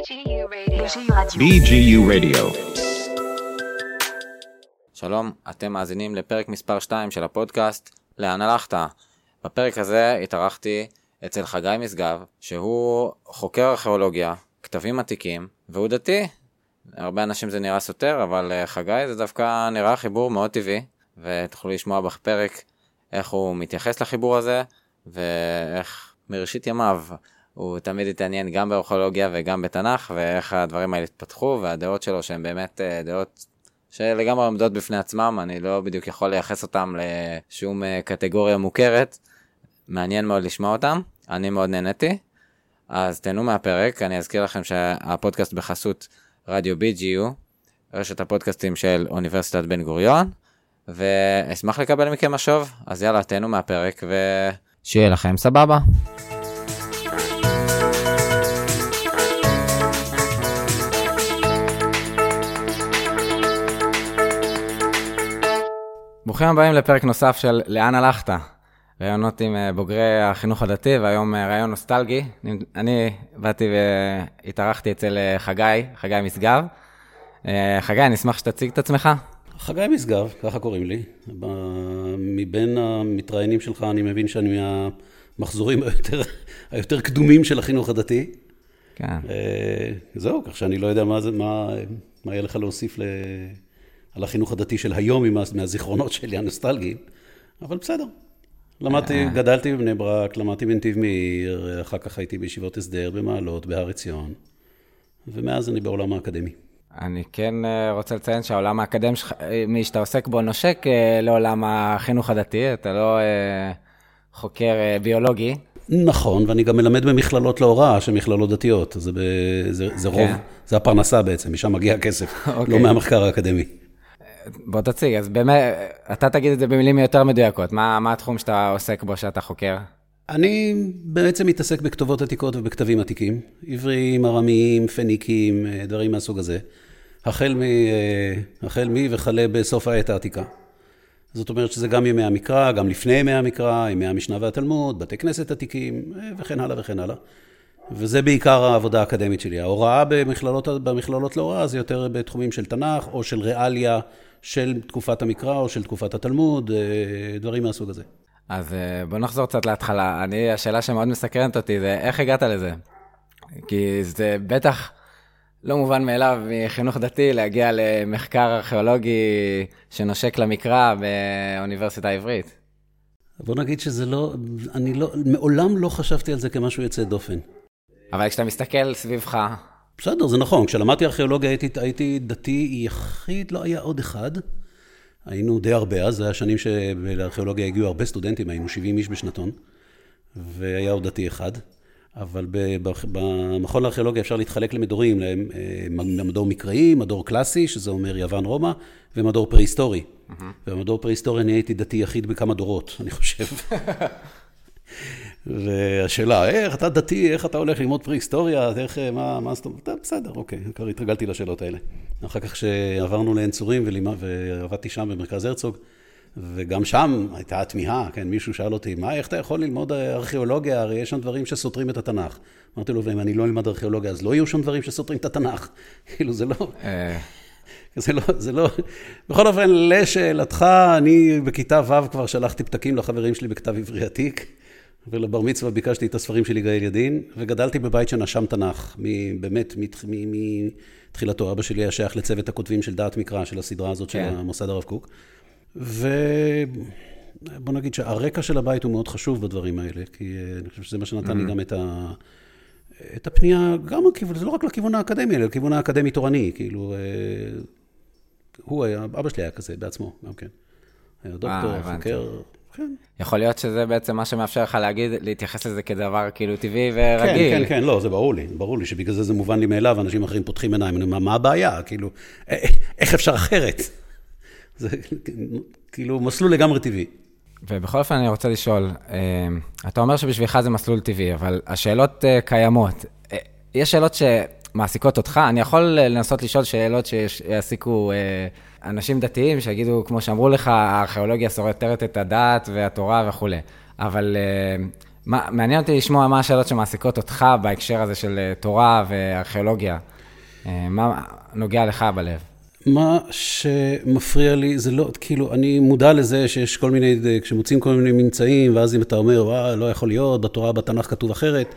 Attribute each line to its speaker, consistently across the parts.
Speaker 1: BGU Radio.
Speaker 2: שלום, אתם מאזינים לפרק מספר 2 של הפודקאסט לאן הלכת. בפרק הזה התארחתי אצל חגי משגב, שהוא חוקר ארכיאולוגיה, כתבים עתיקים, והוא דתי. הרבה אנשים זה נראה סותר, אבל חגי זה דווקא נראה חיבור מאוד טבעי, ותוכלו לשמוע בפרק איך הוא מתייחס לחיבור הזה, ואיך מראשית ימיו הוא תמיד התעניין גם בארכיאולוגיה וגם בתנ"ך, ואיך הדברים האלה התפתחו, והדעות שלו שהן באמת דעות שלגמרי עומדות בפני עצמם, אני לא בדיוק יכול לייחס אותם לשום קטגוריה מוכרת, מעניין מאוד לשמוע אותם, אני מאוד נהניתי, אז תהנו מהפרק, אני אזכיר לכם שהפודקאסט בחסות רדיו BGU, רשת הפודקאסטים של אוניברסיטת בן גוריון, ואשמח לקבל מכם משוב, אז יאללה, תהנו מהפרק, ושיהיה לכם סבבה. ברוכים הבאים לפרק נוסף של לאן הלכת, רעיונות עם בוגרי החינוך הדתי, והיום רעיון נוסטלגי. אני באתי והתארחתי אצל חגי משגב. חגי, אני אשמח שתציג את עצמך.
Speaker 3: חגי משגב, ככה קוראים לי. מבין המתראיינים שלך אני מבין שאני מהמחזורים היותר קדומים של החינוך הדתי.
Speaker 2: כן.
Speaker 3: זהו, כך שאני לא יודע מה יהיה לך להוסיף על החינוך הדתי של היום, מהזיכרונות שלי הנוסטלגיים, אבל בסדר. גדלתי בבני ברק, למדתי בנתיב מאיר, אחר כך הייתי בישיבות הסדר, במעלות, בהר עציון, ומאז אני בעולם האקדמי.
Speaker 2: אני כן רוצה לציין שהעולם האקדמי, מי שאתה עוסק בו נושק לעולם החינוך הדתי, אתה לא חוקר ביולוגי.
Speaker 3: נכון, ואני גם מלמד במכללות להוראה, שמכללות דתיות, זה רוב, זה הפרנסה בעצם, משם מגיע הכסף, לא מהמחקר האקדמי.
Speaker 2: בוא תציג, אז באמת, אתה תגיד את זה במילים יותר מדויקות, מה התחום שאתה עוסק בו, שאתה חוקר?
Speaker 3: אני בעצם מתעסק בכתובות עתיקות ובכתבים עתיקים, עבריים, ארמיים, פניקיים, דברים מהסוג הזה, החל מי וכלה בסוף העת העתיקה. זאת אומרת שזה גם ימי המקרא, גם לפני ימי המקרא, ימי המשנה והתלמוד, בתי כנסת עתיקים, וכן הלאה וכן הלאה. וזה בעיקר העבודה האקדמית שלי. ההוראה במכללות להוראה זה יותר בתחומים של תנ"ך, או של ריאליה של תקופת המקרא, או של תקופת התלמוד, דברים מהסוג הזה.
Speaker 2: אז בוא נחזור קצת להתחלה. השאלה שמאוד מסקרנת אותי זה איך הגעת לזה? כי זה בטח לא מובן מאליו מחינוך דתי להגיע למחקר ארכיאולוגי שנושק למקרא באוניברסיטה העברית.
Speaker 3: בוא נגיד שזה לא, מעולם לא חשבתי על זה כמשהו יוצא דופן.
Speaker 2: אבל כשאתה מסתכל סביבך...
Speaker 3: בסדר, זה נכון. כשלמדתי ארכיאולוגיה הייתי דתי יחיד, לא היה עוד אחד. היינו די הרבה, אז זה היה שנים שבארכיאולוגיה הגיעו הרבה סטודנטים, היינו 70 איש בשנתון, והיה עוד דתי אחד. אבל במכון לארכיאולוגיה אפשר להתחלק למדורים, למדור מקראי, מדור קלאסי, שזה אומר יוון רומא, ומדור פרה-היסטורי. ובמדור פרה-היסטורי אני הייתי דתי יחיד בכמה דורות, אני חושב. והשאלה, איך אתה דתי, איך אתה הולך ללמוד פרה-היסטוריה, מה זאת אומרת? בסדר, אוקיי, כבר התרגלתי לשאלות האלה. אחר כך שעברנו לעין צורים ועבדתי שם במרכז הרצוג, וגם שם הייתה התמיהה, כן, מישהו שאל אותי, איך אתה יכול ללמוד ארכיאולוגיה? הרי יש שם דברים שסותרים את התנ"ך. אמרתי לו, ואם אני לא אלמד ארכיאולוגיה, אז לא יהיו שם דברים שסותרים את התנ"ך. כאילו, זה לא... בכל אופן, לשאלתך, אני בכיתה ו' כבר שלחתי פתקים לחברים שלי בכתב עברי עתיק, ולבר מצווה ביקשתי את הספרים של יגאל ידין, וגדלתי בבית שנשם תנ"ך, באמת, מתחילתו. אבא שלי היה שייך לצוות הכותבים של דעת מקרא, של הסדרה הזאת של המוסד הרב קוק. ובוא נגיד שהרקע של הבית הוא מאוד חשוב בדברים האלה, כי אני חושב שזה מה שנתן לי גם את הפנייה, גם הכיוון, זה לא רק לכיוון האקדמי, אלא לכיוון האקדמי תורני, כאילו, אבא שלי היה כזה בעצמו, גם כן. היה דוקטור, חוקר, כן.
Speaker 2: יכול להיות שזה בעצם מה שמאפשר לך להתייחס לזה כדבר כאילו טבעי ורגיל.
Speaker 3: כן, לא, זה ברור לי שבגלל זה מובן לי מאליו, אנשים אחרים פותחים עיניים, אני אומר, מה הבעיה? כאילו, איך אפשר אחרת? זה כאילו מסלול לגמרי טבעי.
Speaker 2: ובכל אופן אני רוצה לשאול, אתה אומר שבשבילך זה מסלול טבעי, אבל השאלות קיימות. יש שאלות שמעסיקות אותך? אני יכול לנסות לשאול שאלות שיעסיקו אנשים דתיים, שיגידו, כמו שאמרו לך, הארכיאולוגיה סותרת את הדת והתורה וכו'. אבל מעניין אותי לשמוע מה השאלות שמעסיקות אותך בהקשר הזה של תורה וארכיאולוגיה. מה נוגע לך בלב?
Speaker 3: מה שמפריע לי זה לא, כאילו, אני מודע לזה שיש כל מיני, כשמוצאים כל מיני ממצאים, ואז אם אתה אומר, לא יכול להיות, בתורה, בתנ"ך כתוב אחרת.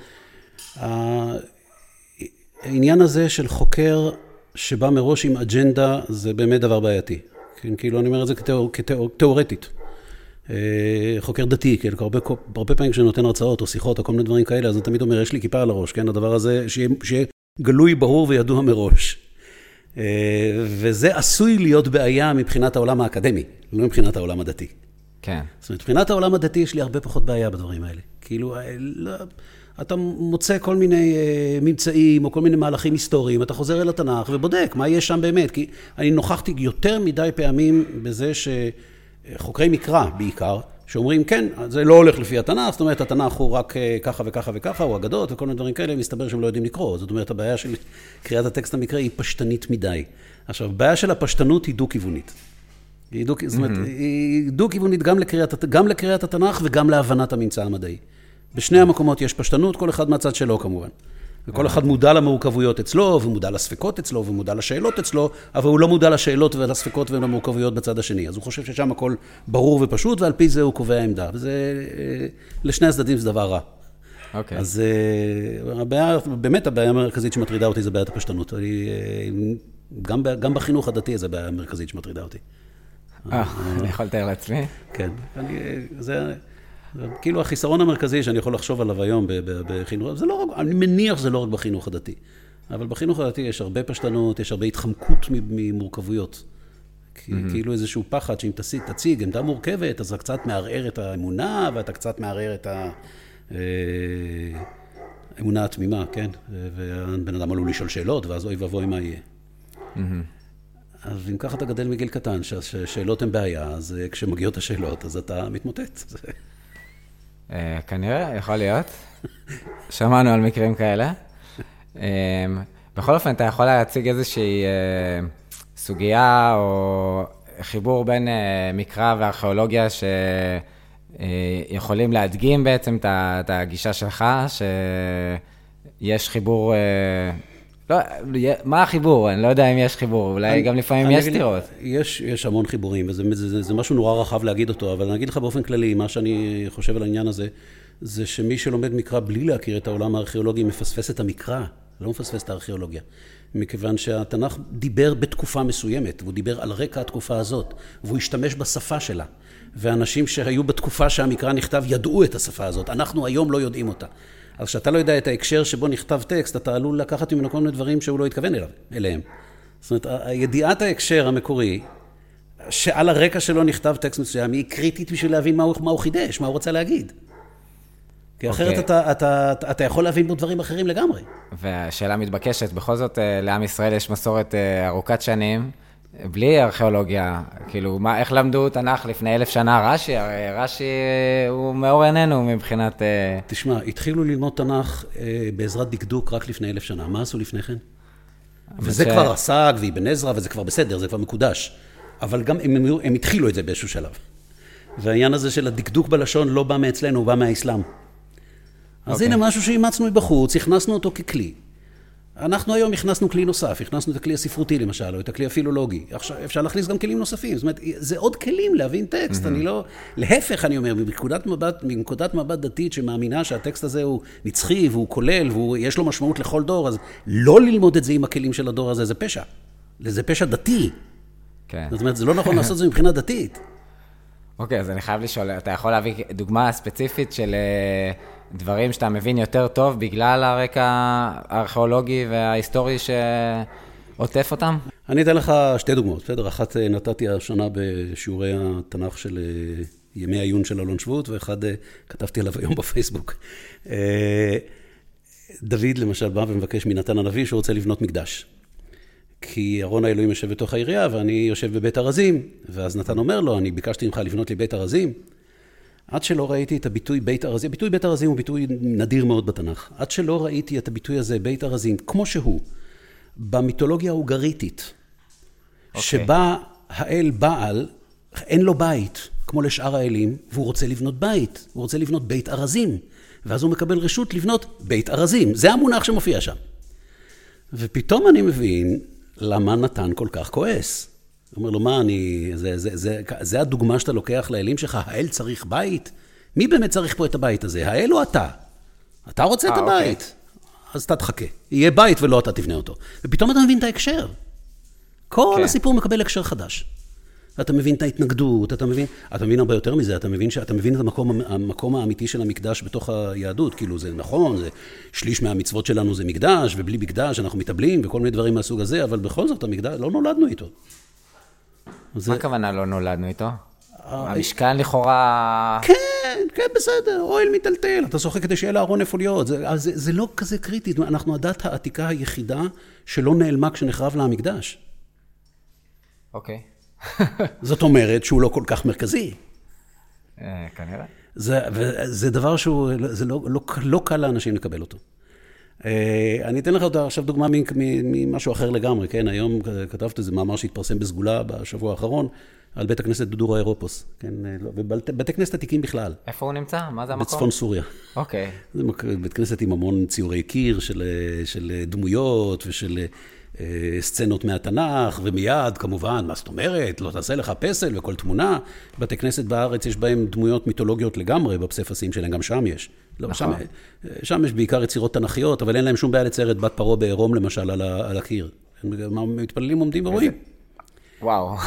Speaker 3: העניין הזה של חוקר שבא מראש עם אג'נדה, זה באמת דבר בעייתי. כאילו, אני אומר את זה כתיאורטית. חוקר דתי, כאילו, הרבה פעמים כשנותן הרצאות או שיחות או כל מיני דברים כאלה, אז אני תמיד אומר, יש לי כיפה על הראש, כן? הדבר הזה, שיהיה גלוי, ברור וידוע מראש. וזה עשוי להיות בעיה מבחינת העולם האקדמי, לא מבחינת העולם הדתי.
Speaker 2: כן.
Speaker 3: זאת אומרת, מבחינת העולם הדתי יש לי הרבה פחות בעיה בדברים האלה. כאילו, אתה מוצא כל מיני ממצאים או כל מיני מהלכים היסטוריים, אתה חוזר אל התנ"ך ובודק מה יש שם באמת. כי אני נוכחתי יותר מדי פעמים בזה שחוקרי מקרא בעיקר, שאומרים, כן, זה לא הולך לפי התנ"ך, זאת אומרת, התנ"ך הוא רק ככה וככה וככה, הוא אגדות וכל מיני דברים כאלה, מסתבר שהם לא יודעים לקרוא. זאת אומרת, הבעיה של קריאת הטקסט המקראי היא פשטנית מדי. עכשיו, הבעיה של הפשטנות היא דו-כיוונית. זאת אומרת, היא דו-כיוונית גם לקריאת התנ"ך וגם להבנת הממצא המדעי. בשני המקומות יש פשטנות, כל אחד מהצד שלו כמובן. וכל אחד מודע למורכבויות אצלו, ומודע לספקות אצלו, ומודע לשאלות אצלו, אבל הוא לא מודע לשאלות ולספקות ולמורכבויות בצד השני. אז הוא חושב ששם הכל ברור ופשוט, ועל פי זה הוא קובע עמדה. וזה, לשני הצדדים זה דבר רע.
Speaker 2: אוקיי.
Speaker 3: אז באמת הבעיה המרכזית שמטרידה אותי זה בעיית הפשטנות. גם בחינוך הדתי זה הבעיה המרכזית שמטרידה אותי.
Speaker 2: אני יכול לתאר לעצמי?
Speaker 3: כן. זה כאילו החיסרון המרכזי שאני יכול לחשוב עליו היום בחינוך, זה לא רק, אני מניח שזה לא רק בחינוך הדתי, אבל בחינוך הדתי יש הרבה פשטנות, יש הרבה התחמקות ממורכבויות. כאילו איזשהו פחד שאם תציג עמדה מורכבת, אז אתה קצת מערער את האמונה, ואתה קצת מערער את האמונה התמימה, כן? ובן אדם עלול לשאול שאלות, ואז אוי ואבוי מה יהיה. אז אם ככה אתה גדל מגיל קטן, שהשאלות הן בעיה, אז כשמגיעות השאלות, אז אתה מתמוטט.
Speaker 2: כנראה, יכול להיות. שמענו על מקרים כאלה. בכל אופן, אתה יכול להציג איזושהי סוגיה או חיבור בין מקרא וארכיאולוגיה שיכולים להדגים בעצם את הגישה שלך, שיש חיבור... לא, מה החיבור? אני לא יודע אם יש חיבור, אולי גם לפעמים יש סתירות.
Speaker 3: יש המון חיבורים, וזה משהו נורא רחב להגיד אותו, אבל אני אגיד לך באופן כללי, מה שאני חושב על העניין הזה, זה שמי שלומד מקרא בלי להכיר את העולם הארכיאולוגי, מפספס את המקרא, לא מפספס את הארכיאולוגיה. מכיוון שהתנ"ך דיבר בתקופה מסוימת, והוא דיבר על רקע התקופה הזאת, והוא השתמש בשפה שלה. ואנשים שהיו בתקופה שהמקרא נכתב ידעו את השפה הזאת, אנחנו היום לא יודעים אותה. אז כשאתה לא יודע את ההקשר שבו נכתב טקסט, אתה עלול לקחת ממנו כל מיני דברים שהוא לא התכוון אליהם. זאת אומרת, ידיעת ההקשר המקורי, שעל הרקע שלו נכתב טקסט מסוים, היא קריטית בשביל להבין מה הוא חידש, מה הוא רוצה להגיד. כי אחרת אתה יכול להבין בו דברים אחרים לגמרי.
Speaker 2: והשאלה מתבקשת, בכל זאת לעם ישראל יש מסורת ארוכת שנים, בלי ארכיאולוגיה, כאילו, איך למדו תנ"ך לפני 1000 שנה? רש"י הוא מאור עינינו מבחינת...
Speaker 3: תשמע, התחילו ללמוד תנ"ך בעזרת דקדוק רק לפני 1000 שנה. מה עשו לפני כן? וזה כבר עסק, ואבן עזרא, וזה כבר בסדר, זה כבר מקודש. אבל גם הם התחילו את זה באיזשהו שלב. והעניין הזה של הדקדוק בלשון לא בא מאצלנו, הוא בא מהאסלאם. אז הנה משהו שאימצנו מבחוץ, הכנסנו אותו ככלי. אנחנו היום הכנסנו כלי נוסף, הכנסנו את הכלי הספרותי למשל, או את הכלי הפילולוגי. עכשיו, אפשר להכניס גם כלים נוספים. זאת אומרת, זה עוד כלים להבין טקסט. אני לא... להפך, אני אומר, מנקודת מבט דתית שמאמינה שהטקסט הזה הוא נצחי, והוא כולל, ויש לו משמעות לכל דור, אז לא ללמוד את זה עם הכלים של הדור הזה, זה פשע. זה פשע דתי.
Speaker 2: כן.
Speaker 3: זאת אומרת, זה לא נכון לעשות זה מבחינה דתית.
Speaker 2: אוקיי, אז אני חייב לשאול, אתה יכול להביא דוגמה ספציפית של דברים שאתה מבין יותר טוב בגלל הרקע הארכיאולוגי וההיסטורי שעוטף אותם?
Speaker 3: אני אתן לך שתי דוגמאות. בסדר, אחת נתתי השנה בשיעורי התנ"ך של ימי העיון של אלון שבות, ואחד כתבתי עליו היום בפייסבוק. דוד למשל בא ומבקש מנתן הנביא שהוא רוצה לבנות מקדש. כי ארון האלוהים יושב בתוך העירייה, ואני יושב בבית ארזים, ואז נתן אומר לו, אני ביקשתי ממך לבנות לי בית ארזים, עד שלא ראיתי את הביטוי בית ארזים, ביטוי בית ארזים הוא ביטוי נדיר מאוד בתנ"ך, עד שלא ראיתי את הביטוי הזה, בית ארזים, כמו שהוא, במיתולוגיה ההונגריתית, שבה האל בעל, אין לו בית, כמו לשאר האלים, והוא רוצה לבנות בית, הוא רוצה לבנות בית ארזים, ואז הוא מקבל רשות לבנות בית ארזים. זה המונח שמופיע שם. ופתאום אני מבין למה נתן כל כך כועס. הוא אומר לו, מה זה הדוגמה שאתה לוקח לאלים שלך, האל צריך בית? מי באמת צריך פה את הבית הזה? האל או אתה? אתה רוצה את הבית? אז אתה תחכה. יהיה בית ולא אתה תבנה אותו. ופתאום אתה מבין את ההקשר. כל הסיפור מקבל הקשר חדש. אתה מבין את ההתנגדות, אתה מבין הרבה יותר מזה, אתה מבין את המקום האמיתי של המקדש בתוך היהדות, כאילו זה נכון, זה שליש מהמצוות שלנו זה מקדש, ובלי מקדש אנחנו מתאבלים וכל מיני דברים מהסוג הזה, אבל בכל זאת המקדש, לא נולדנו איתו.
Speaker 2: מה הכוונה לא נולדנו איתו? המשכן לכאורה...
Speaker 3: כן, בסדר, אוהל מטלטל, אתה שוחק כדי שיהיה לארון איפה להיות, זה לא כזה קריטי, אנחנו הדת העתיקה היחידה שלא נעלמה כשנחרב לה המקדש.
Speaker 2: אוקיי.
Speaker 3: זאת אומרת שהוא לא כל כך מרכזי.
Speaker 2: כנראה.
Speaker 3: זה דבר שהוא, זה לא קל לאנשים לקבל אותו. אני אתן לך עכשיו דוגמה ממשהו אחר לגמרי, כן? היום כתבתי איזה מאמר שהתפרסם בסגולה בשבוע האחרון, על בית הכנסת דודור האירופוס, כן? ובתי כנסת עתיקים בכלל.
Speaker 2: איפה הוא נמצא? מה זה המקום?
Speaker 3: בצפון סוריה.
Speaker 2: אוקיי.
Speaker 3: זה בית כנסת עם המון ציורי קיר של דמויות ושל סצנות מהתנ"ך, ומיד כמובן, מה זאת אומרת, לא תעשה לך פסל וכל תמונה. בתי כנסת בארץ יש בהם דמויות מיתולוגיות לגמרי, בפסיפסים שלהם, גם שם יש. לא,
Speaker 2: נכון.
Speaker 3: שם יש בעיקר יצירות תנ"כיות, אבל אין להם שום בעיה לצייר את בת פרעה בעירום למשל על הקיר. מתפללים עומדים ורואים.
Speaker 2: וואו.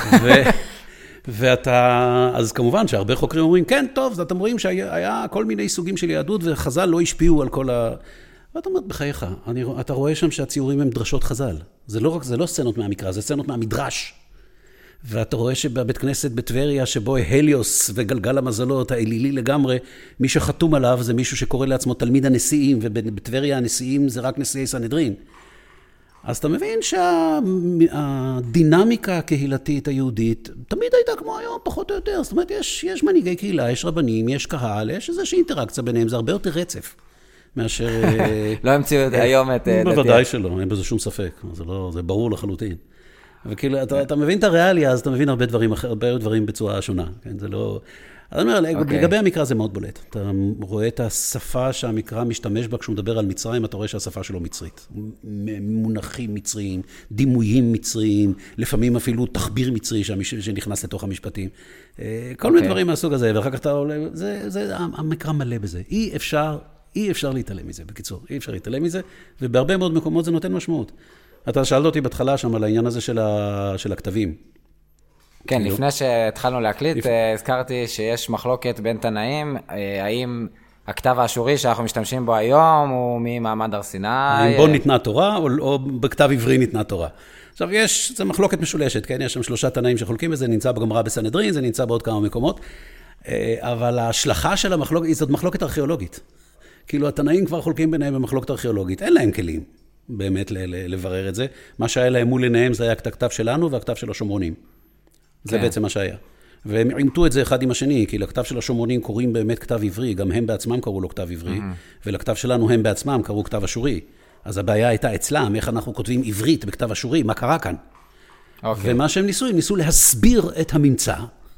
Speaker 3: אז כמובן שהרבה חוקרים אומרים, כן, טוב, אתם רואים שהיה כל מיני סוגים של יהדות, וחז"ל לא השפיעו על כל ואתה אומר, בחייך, אתה רואה שם שהציורים הם דרשות חז"ל. זה לא סצנות מהמקרא, זה סצנות מהמדרש. ואתה רואה שבבית כנסת בטבריה, שבו הליוס וגלגל המזלות, האלילי לגמרי, מי שחתום עליו זה מישהו שקורא לעצמו תלמיד הנשיאים, ובטבריה הנשיאים זה רק נשיאי סנהדרין. אז אתה מבין שהדינמיקה הקהילתית היהודית תמיד הייתה כמו היום, פחות או יותר. זאת אומרת, יש מנהיגי קהילה, יש רבנים, יש קהל, יש איזושהי אינטראקציה ביניהם, זה הרבה יותר רצף. מאשר...
Speaker 2: לא המציאו היום את...
Speaker 3: בוודאי שלא, אין בזה שום ספק. זה ברור לחלוטין. וכאילו, אתה מבין את הריאליה, אז אתה מבין הרבה דברים בצורה שונה. זה לא... אני אומר, לגבי המקרא זה מאוד בולט. אתה רואה את השפה שהמקרא משתמש בה, כשהוא מדבר על מצרים, אתה רואה שהשפה שלו מצרית. מונחים מצריים, דימויים מצריים, לפעמים אפילו תחביר מצרי שנכנס לתוך המשפטים. כל מיני דברים מהסוג הזה, ואחר כך אתה עולה... המקרא מלא בזה. אי אפשר להתעלם מזה, בקיצור, אי אפשר להתעלם מזה, ובהרבה מאוד מקומות זה נותן משמעות. אתה שאלת אותי בהתחלה שם על העניין הזה של הכתבים.
Speaker 2: כן, לפני שהתחלנו להקליט, הזכרתי שיש מחלוקת בין תנאים, האם הכתב האשורי שאנחנו משתמשים בו היום הוא ממעמד הר סיני?
Speaker 3: האם בו ניתנה תורה או בכתב עברי ניתנה תורה. עכשיו זה מחלוקת משולשת, כן? יש שם 3 תנאים שחולקים בזה, נמצא בגמרא בסנהדרין, זה נמצא בעוד כמה מקומות, אבל ההשלכה של המחלוקת, זאת מחלוקת ארכיאולוגית. כאילו התנאים כבר חולקים ביניהם במחלוקת ארכיאולוגית, אין להם כלים באמת לברר את זה. מה שהיה להם מול עיניהם זה היה הכתב שלנו והכתב של השומרונים. זה בעצם מה שהיה. והם עימתו את זה אחד עם השני, כי לכתב של השומרונים קוראים באמת כתב עברי, גם הם בעצמם קראו לו כתב עברי, ולכתב שלנו הם בעצמם קראו כתב אשורי. אז הבעיה הייתה אצלם, איך אנחנו כותבים עברית בכתב אשורי, מה קרה כאן? ומה שהם ניסו להסביר את הממצא,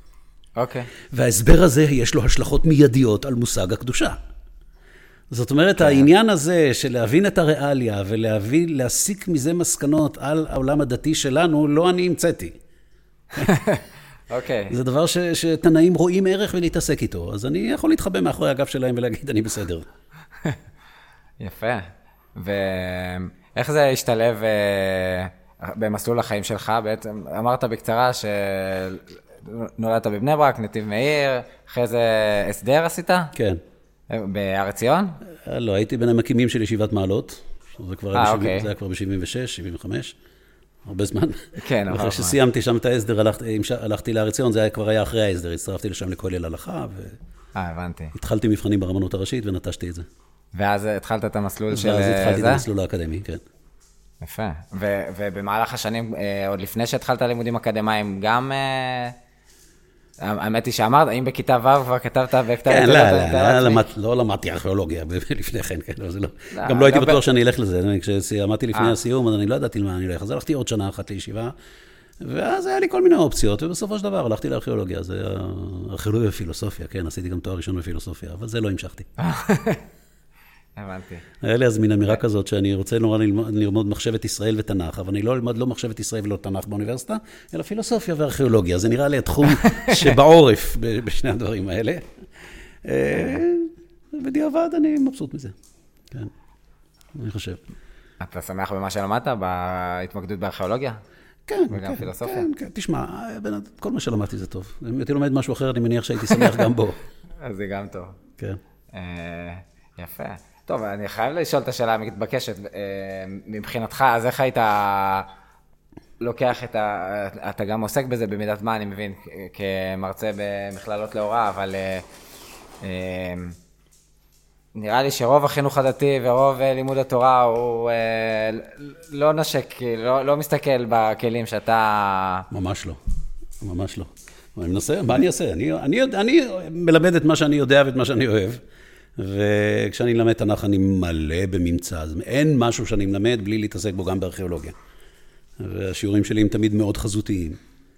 Speaker 3: וההסבר הזה יש לו השלכות מיידיות על מושג הקדושה. זאת אומרת, העניין הזה של להבין את הריאליה ולהסיק מזה מסקנות על העולם הדתי שלנו, לא אני המצאתי. זה דבר שתנאים רואים ערך ולהתעסק איתו. אז אני יכול להתחבא מאחורי הגב שלהם ולהגיד, אני בסדר.
Speaker 2: יפה. ואיך זה השתלב במסלול החיים שלך? בעצם אמרת בקצרה שנולדת בבני ברק, נתיב מאיר, אחרי זה הסדר עשית? כן. בהר ציון?
Speaker 3: לא, הייתי בין המקימים של ישיבת מעלות. זה היה כבר ב-76, 75. הרבה זמן.
Speaker 2: כן, הרבה זמן.
Speaker 3: אחרי שסיימתי שם את ההסדר, הלכתי להר ציון, זה כבר היה אחרי ההסדר, הצטרפתי לשם לכולל הלכה,
Speaker 2: הבנתי.
Speaker 3: התחלתי מבחנים ברבנות הראשית ונטשתי את זה.
Speaker 2: ואז התחלת את המסלול של זה?
Speaker 3: ואז התחלתי את המסלול האקדמי, כן.
Speaker 2: יפה. ובמהלך השנים, עוד לפני שהתחלת לימודים אקדמיים, גם... האמת היא שאמרת, האם בכיתה ו' כבר כתבת בכתב...
Speaker 3: כן, לא למדתי ארכיאולוגיה לפני כן, גם לא הייתי בטוח שאני אלך לזה, כשעמדתי לפני הסיום, אז אני לא ידעתי למה אני אלך, אז הלכתי עוד שנה אחת לישיבה, ואז היה לי כל מיני אופציות, ובסופו של דבר הלכתי לארכיאולוגיה, זה ארכיאולוגיה ופילוסופיה, כן, עשיתי גם תואר ראשון בפילוסופיה, אבל זה לא המשכתי.
Speaker 2: הבנתי.
Speaker 3: היה לי אז מין אמירה כזאת שאני רוצה נורא ללמוד מחשבת ישראל ותנ"ך, אבל אני לא אלמד לא מחשבת ישראל ולא תנ"ך באוניברסיטה, אלא פילוסופיה וארכיאולוגיה. זה נראה לי התחום שבעורף בשני הדברים האלה. בדיעבד אני מבסוט מזה. כן, אני חושב.
Speaker 2: אתה שמח במה שלמדת, בהתמקדות בארכיאולוגיה?
Speaker 3: כן,
Speaker 2: וגם פילוסופיה?
Speaker 3: כן. תשמע, כל מה שלמדתי זה טוב. אם הייתי לומד משהו אחר, אני מניח שהייתי שמח גם בו.
Speaker 2: אז זה גם טוב.
Speaker 3: כן.
Speaker 2: יפה. טוב, אני חייב לשאול את השאלה המתבקשת. מבחינתך, אז איך היית לוקח אתה גם עוסק בזה במידת מה, אני מבין, כמרצה במכללות להוראה, אבל נראה לי שרוב החינוך הדתי ורוב לימוד התורה הוא לא נשק, לא מסתכל בכלים שאתה...
Speaker 3: ממש לא. ממש לא. אני מנסה, מה אני אעשה? אני מלמד את מה שאני יודע ואת מה שאני אוהב, וכשאני למד תנ"ך אני מלא בממצא, אז אין משהו שאני מלמד בלי להתעסק בו גם בארכיאולוגיה. והשיעורים שלי הם תמיד מאוד חזותיים.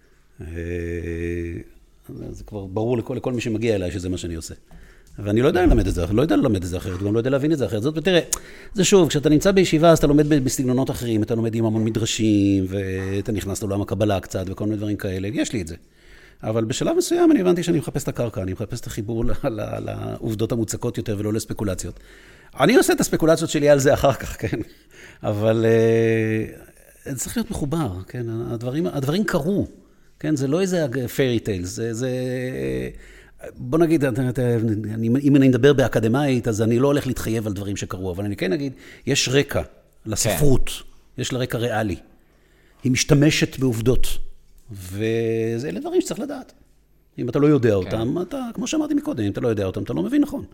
Speaker 3: זה כבר ברור לכל מי שמגיע אליי שזה מה שאני עושה. ואני לא יודע ללמד את זה, לא יודע ללמד את זה אחרת, גם לא יודע להבין את זה אחרת. זאת, ותראה, זה שוב, כשאתה נמצא בישיבה, אז אתה לומד בסגנונות אחרים, אתה לומד עם המון מדרשים, ואתה נכנס לעולם הקבלה קצת, וכל מיני דברים כאלה, יש לי את זה. אבל בשלב מסוים אני הבנתי שאני מחפש את הקרקע, אני מחפש את החיבור לעובדות המוצקות יותר ולא לספקולציות. אני עושה את הספקולציות שלי על זה אחר כך, כן? אבל זה צריך להיות מחובר, כן? הדברים קרו, כן? זה לא איזה fairy tales, זה... בוא נגיד, אם אני מדבר באקדמאית, אז אני לא הולך להתחייב על דברים שקרו, אבל אני כן אגיד, יש רקע לספרות, יש לה רקע ריאלי. היא משתמשת בעובדות, ואלה דברים שצריך לדעת. אם אתה לא יודע אותם, אתה, כמו שאמרתי מקודם, אם אתה לא יודע אותם, אתה לא מבין נכון.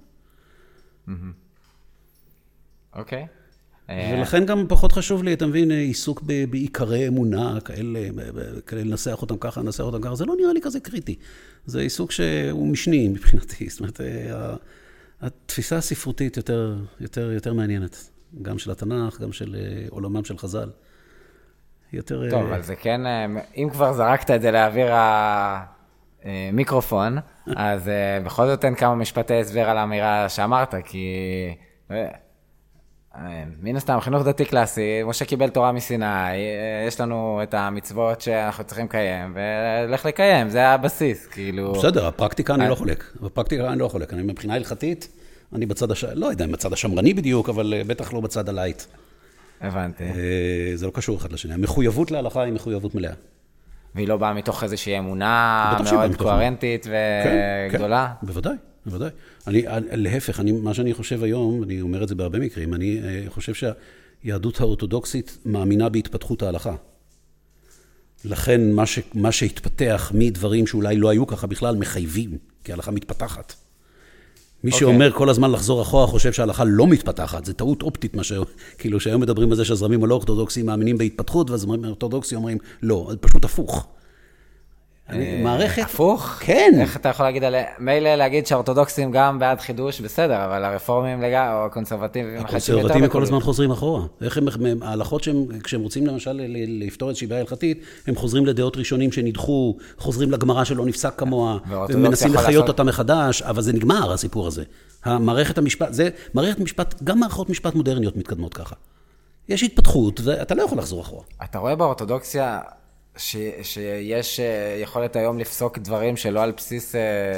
Speaker 2: אוקיי.
Speaker 3: ולכן גם פחות חשוב לי, אתה מבין, עיסוק בעיקרי אמונה, כאלה לנסח אותם ככה, זה לא נראה לי כזה קריטי. זה עיסוק שהוא משני מבחינתי, זאת אומרת, התפיסה הספרותית יותר מעניינת, גם של התנ"ך, גם של עולמם של חז"ל. יותר...
Speaker 2: טוב, אבל זה כן, אם כבר זרקת את זה לאוויר המיקרופון, אז בכל זאת אין כמה משפטי הסבר על האמירה שאמרת, כי... מן הסתם, חינוך דתי קלאסי, משה קיבל תורה מסיני, יש לנו את המצוות שאנחנו צריכים לקיים, ולך לקיים, זה הבסיס, כאילו...
Speaker 3: בסדר, הפרקטיקה אני לא חולק, אני מבחינה הלכתית, אני בצד, לא יודע אם בצד השמרני בדיוק, אבל בטח לא בצד הלייט.
Speaker 2: הבנתי.
Speaker 3: זה לא קשור אחד לשני, המחויבות להלכה היא מחויבות מלאה.
Speaker 2: והיא לא באה מתוך איזושהי אמונה מאוד קוהרנטית וגדולה?
Speaker 3: כן, בוודאי. להפך, מה שאני חושב היום, אני אומר את זה בהרבה מקרים, אני חושב שהיהדות האורתודוקסית מאמינה בהתפתחות ההלכה. לכן מה שהתפתח מדברים שאולי לא היו ככה בכלל מחייבים, כי ההלכה מתפתחת. מי שאומר כל הזמן לחזור אחורה חושב שההלכה לא מתפתחת, זה טעות אופטית כאילו שהיום מדברים על זה שהזרמים הלא אורתודוקסיים מאמינים בהתפתחות, והזרמים האורתודוקסיים אומרים לא, זה פשוט הפוך. מערכת...
Speaker 2: הפוך?
Speaker 3: כן.
Speaker 2: איך אתה יכול להגיד עליה? מילא להגיד שהאורתודוקסים גם בעד חידוש, בסדר, אבל הרפורמים או הקונסרבטיבים...
Speaker 3: הקונסרבטיבים כל הזמן חוזרים אחורה. איך הם, ההלכות כשהם רוצים למשל לפתור את בעיה הלכתית, הם חוזרים לדעות ראשונים שנדחו, חוזרים לגמרא שלא נפסק כמוה, ומנסים לחיות אותה מחדש, אבל זה נגמר הסיפור הזה. המערכת המשפט, זה מערכת משפט, גם מערכות משפט מודרניות מתקדמות ככה. יש התפתחות, ואתה לא יכול לחזור אחורה.
Speaker 2: אתה רואה באורתודוקסיה שיש יכולת היום לפסוק דברים שלא על בסיס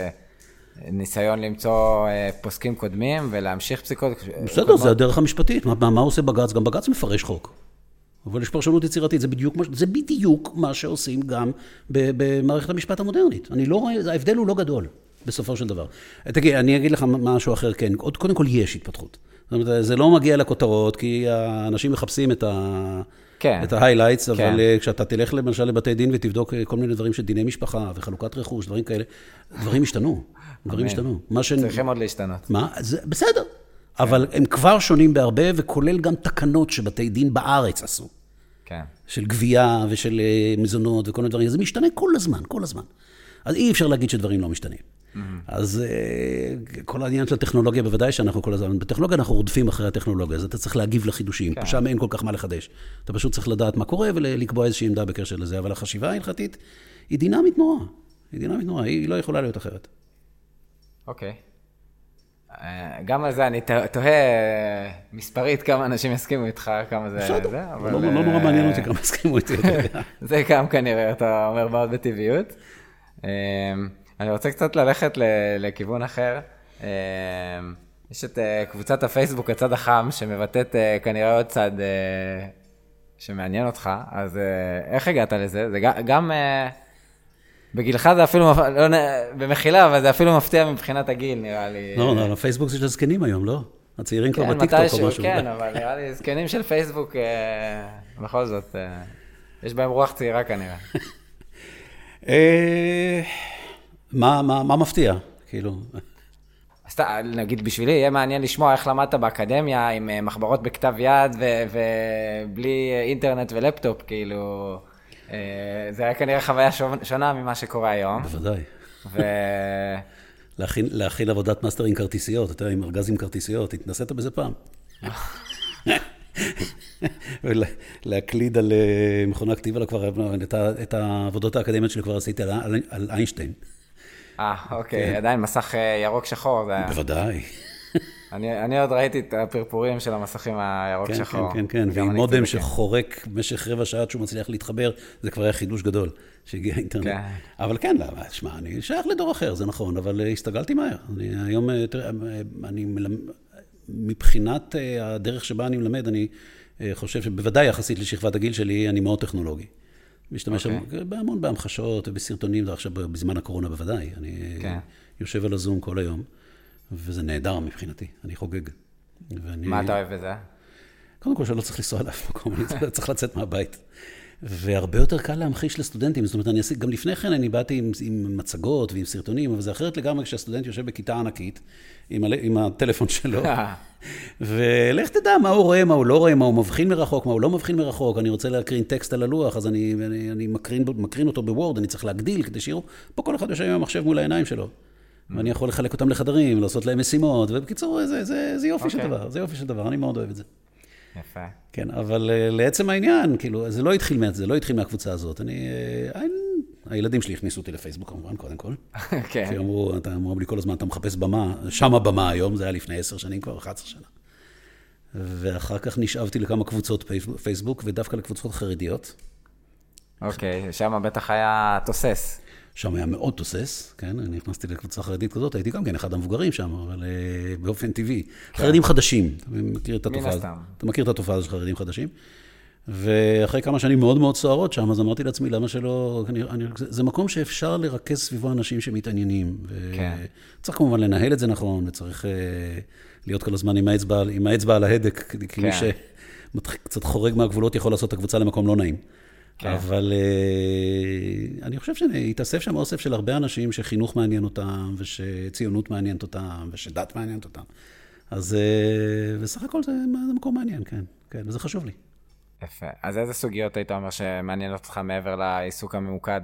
Speaker 2: ניסיון למצוא פוסקים קודמים ולהמשיך פסיקות.
Speaker 3: בסדר, זה הדרך המשפטית. מה עושה בג"ץ? גם בג"ץ מפרש חוק. אבל יש פרשנות יצירתית, זה בדיוק מה שעושים גם במערכת המשפט המודרנית. אני לא רואה, ההבדל הוא לא גדול, בסופו של דבר. תגיד, אני אגיד לך משהו אחר, כן. קודם כל יש התפתחות. זאת אומרת, זה לא מגיע לכותרות, כי האנשים מחפשים את ההיילייטס, אבל כשאתה תלך למשל לבתי דין ותבדוק כל מיני דברים של דיני משפחה וחלוקת רכוש, דברים כאלה, דברים השתנו.
Speaker 2: צריכים עוד להשתנות.
Speaker 3: מה? בסדר. אבל הם כבר שונים בהרבה, וכולל גם תקנות שבתי דין בארץ עשו.
Speaker 2: כן.
Speaker 3: של גבייה ושל מזונות וכל מיני דברים. זה משתנה כל הזמן. אז אי אפשר להגיד שדברים לא משתנים. אז כל העניין של הטכנולוגיה, בוודאי שאנחנו כל הזמן, בטכנולוגיה אנחנו רודפים אחרי הטכנולוגיה, אז אתה צריך להגיב לחידושים, שם אין כל כך מה לחדש. אתה פשוט צריך לדעת מה קורה ולקבוע איזושהי עמדה בקשר לזה, אבל החשיבה ההלכתית היא דינמית נורא, היא לא יכולה להיות אחרת.
Speaker 2: אוקיי. גם על זה אני תוהה מספרית כמה אנשים יסכימו איתך, כמה זה,
Speaker 3: אבל... לא נורא מעניין אותי כמה יסכימו איתי.
Speaker 2: זה גם כנראה, אתה אומר מאוד בטבעיות. אני רוצה קצת ללכת לכיוון אחר. יש את קבוצת הפייסבוק, הצד החם, שמבטאת כנראה עוד צד שמעניין אותך, אז איך הגעת לזה? זה גם... בגילך זה אפילו, במחילה, אבל זה אפילו מפתיע מבחינת הגיל, נראה לי.
Speaker 3: לא, פייסבוק זה של הזקנים היום, לא? הצעירים כבר בטיקטוק או משהו.
Speaker 2: כן, אבל נראה לי, זקנים של פייסבוק, בכל זאת, יש בהם רוח צעירה כנראה.
Speaker 3: מה מפתיע? כאילו...
Speaker 2: אז נגיד, בשבילי יהיה מעניין לשמוע איך למדת באקדמיה, עם מחברות בכתב יד, ובלי אינטרנט ולפטופ, כאילו... זה היה כנראה חוויה שונה ממה שקורה היום.
Speaker 3: בוודאי. להכין עבודת מאסטר עם כרטיסיות, אתה יודע, עם ארגז עם כרטיסיות, התנסית בזה פעם. להקליד על מכונה כתיבה, את העבודות האקדמיות שלי כבר עשיתי על איינשטיין.
Speaker 2: אוקיי, עדיין מסך ירוק שחור.
Speaker 3: בוודאי.
Speaker 2: אני עוד ראיתי את הפרפורים של המסכים הירוק שחור.
Speaker 3: כן, כן, ועם מודם שחורק במשך רבע שעה שהוא מצליח להתחבר, זה כבר היה חידוש גדול שהגיע האינטרנט. אבל כן, שמע, אני שייך לדור אחר, זה נכון, אבל הסתגלתי מהר. היום, מבחינת הדרך שבה אני מלמד, אני חושב שבוודאי יחסית לשכבת הגיל שלי, אני מאוד טכנולוגי. משתמש בהמון בהמחשות ובסרטונים, עכשיו בזמן הקורונה בוודאי. אני יושב על הזום כל היום. וזה נהדר מבחינתי, אני חוגג.
Speaker 2: מה אתה אוהב בזה?
Speaker 3: קודם כל שלא צריך לנסוע לאף מקום, אני צריך לצאת מהבית. והרבה יותר קל להמחיש לסטודנטים, זאת אומרת, גם לפני כן אני באתי עם מצגות ועם סרטונים, אבל זה אחרת לגמרי כשהסטודנט יושב בכיתה ענקית, עם הטלפון שלו, ולך תדע מה הוא רואה, מה הוא לא רואה, מה הוא מבחין מרחוק, מה הוא לא מבחין מרחוק, אני רוצה להקרין טקסט על הלוח, אז אני מקרין אותו בוורד, אני צריך להגדיל כדי שיראו, פה כל אחד יושב עם המחשב מול העיניים שלו. ואני יכול לחלק אותם לחדרים, לעשות להם משימות, ובקיצור, זה יופי של דבר, זה יופי של דבר, אני מאוד אוהב את זה.
Speaker 2: יפה. כן,
Speaker 3: אבל לעצם העניין, כאילו, זה לא התחיל מהקבוצה הזאת. הילדים שלי הכניסו אותי לפייסבוק, כמובן, קודם כל.
Speaker 2: כן.
Speaker 3: כי אמרו לי כל הזמן, אתה מחפש במה, שם הבמה היום, זה היה לפני 10 שנים, כבר 11 שנה. ואחר כך נשאבתי לכמה קבוצות פייסבוק, ודווקא לקבוצות חרדיות.
Speaker 2: אוקיי, שם בטח היה תוסס.
Speaker 3: שם היה מאוד תוסס, כן, אני נכנסתי לקבוצה חרדית כזאת, הייתי גם כן אחד המבוגרים שם, אבל באופן טבעי. חרדים חדשים, אתה מכיר את התופעה של חרדים חדשים, ואחרי כמה שנים מאוד מאוד סוערות שם, אז אמרתי לעצמי, למה שלא, זה מקום שאפשר לרכז סביבו אנשים שמתעניינים, וצריך כמובן לנהל את זה נכון, וצריך להיות כל הזמן עם האצבע על ההדק, כי מי שקצת חורג מהגבולות יכול לעשות את הקבוצה למקום לא נעים. אבל אני חושב שהתאסף שם אוסף של הרבה אנשים שחינוך מעניין אותם, ושציונות מעניינת אותם, ושדת מעניינת אותם. אז בסך הכל זה מקום מעניין, כן, וזה חשוב לי.
Speaker 2: יפה. אז איזה סוגיות היית אומר שמעניין אותך מעבר לעיסוק הממוקד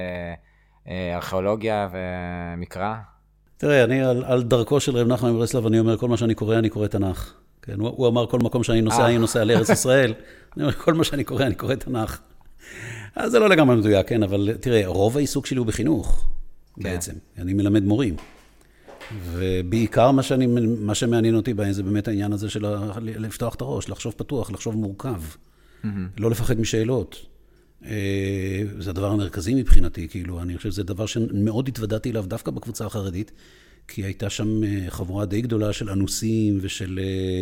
Speaker 2: בארכיאולוגיה ומקרא?
Speaker 3: תראה, אני על דרכו של רב נחמן מברסלב, אני אומר, כל מה שאני קורא תנ"ך. כן, הוא אמר, כל מקום שאני נוסע, אני נוסע לארץ ישראל. אני אומר, כל מה שאני קורא תנ"ך. אז זה לא לגמרי מדויק, כן, אבל תראה, רוב העיסוק שלי הוא בחינוך, בעצם. אני מלמד מורים. ובעיקר מה שמעניין אותי בהם זה באמת העניין הזה של לפתוח את הראש, לחשוב פתוח, לחשוב מורכב, לא לפחד משאלות. זה הדבר המרכזי מבחינתי, כאילו, אני חושב שזה דבר שמאוד התוודעתי אליו דווקא בקבוצה החרדית, כי הייתה שם חבורה די גדולה של אנוסים ושל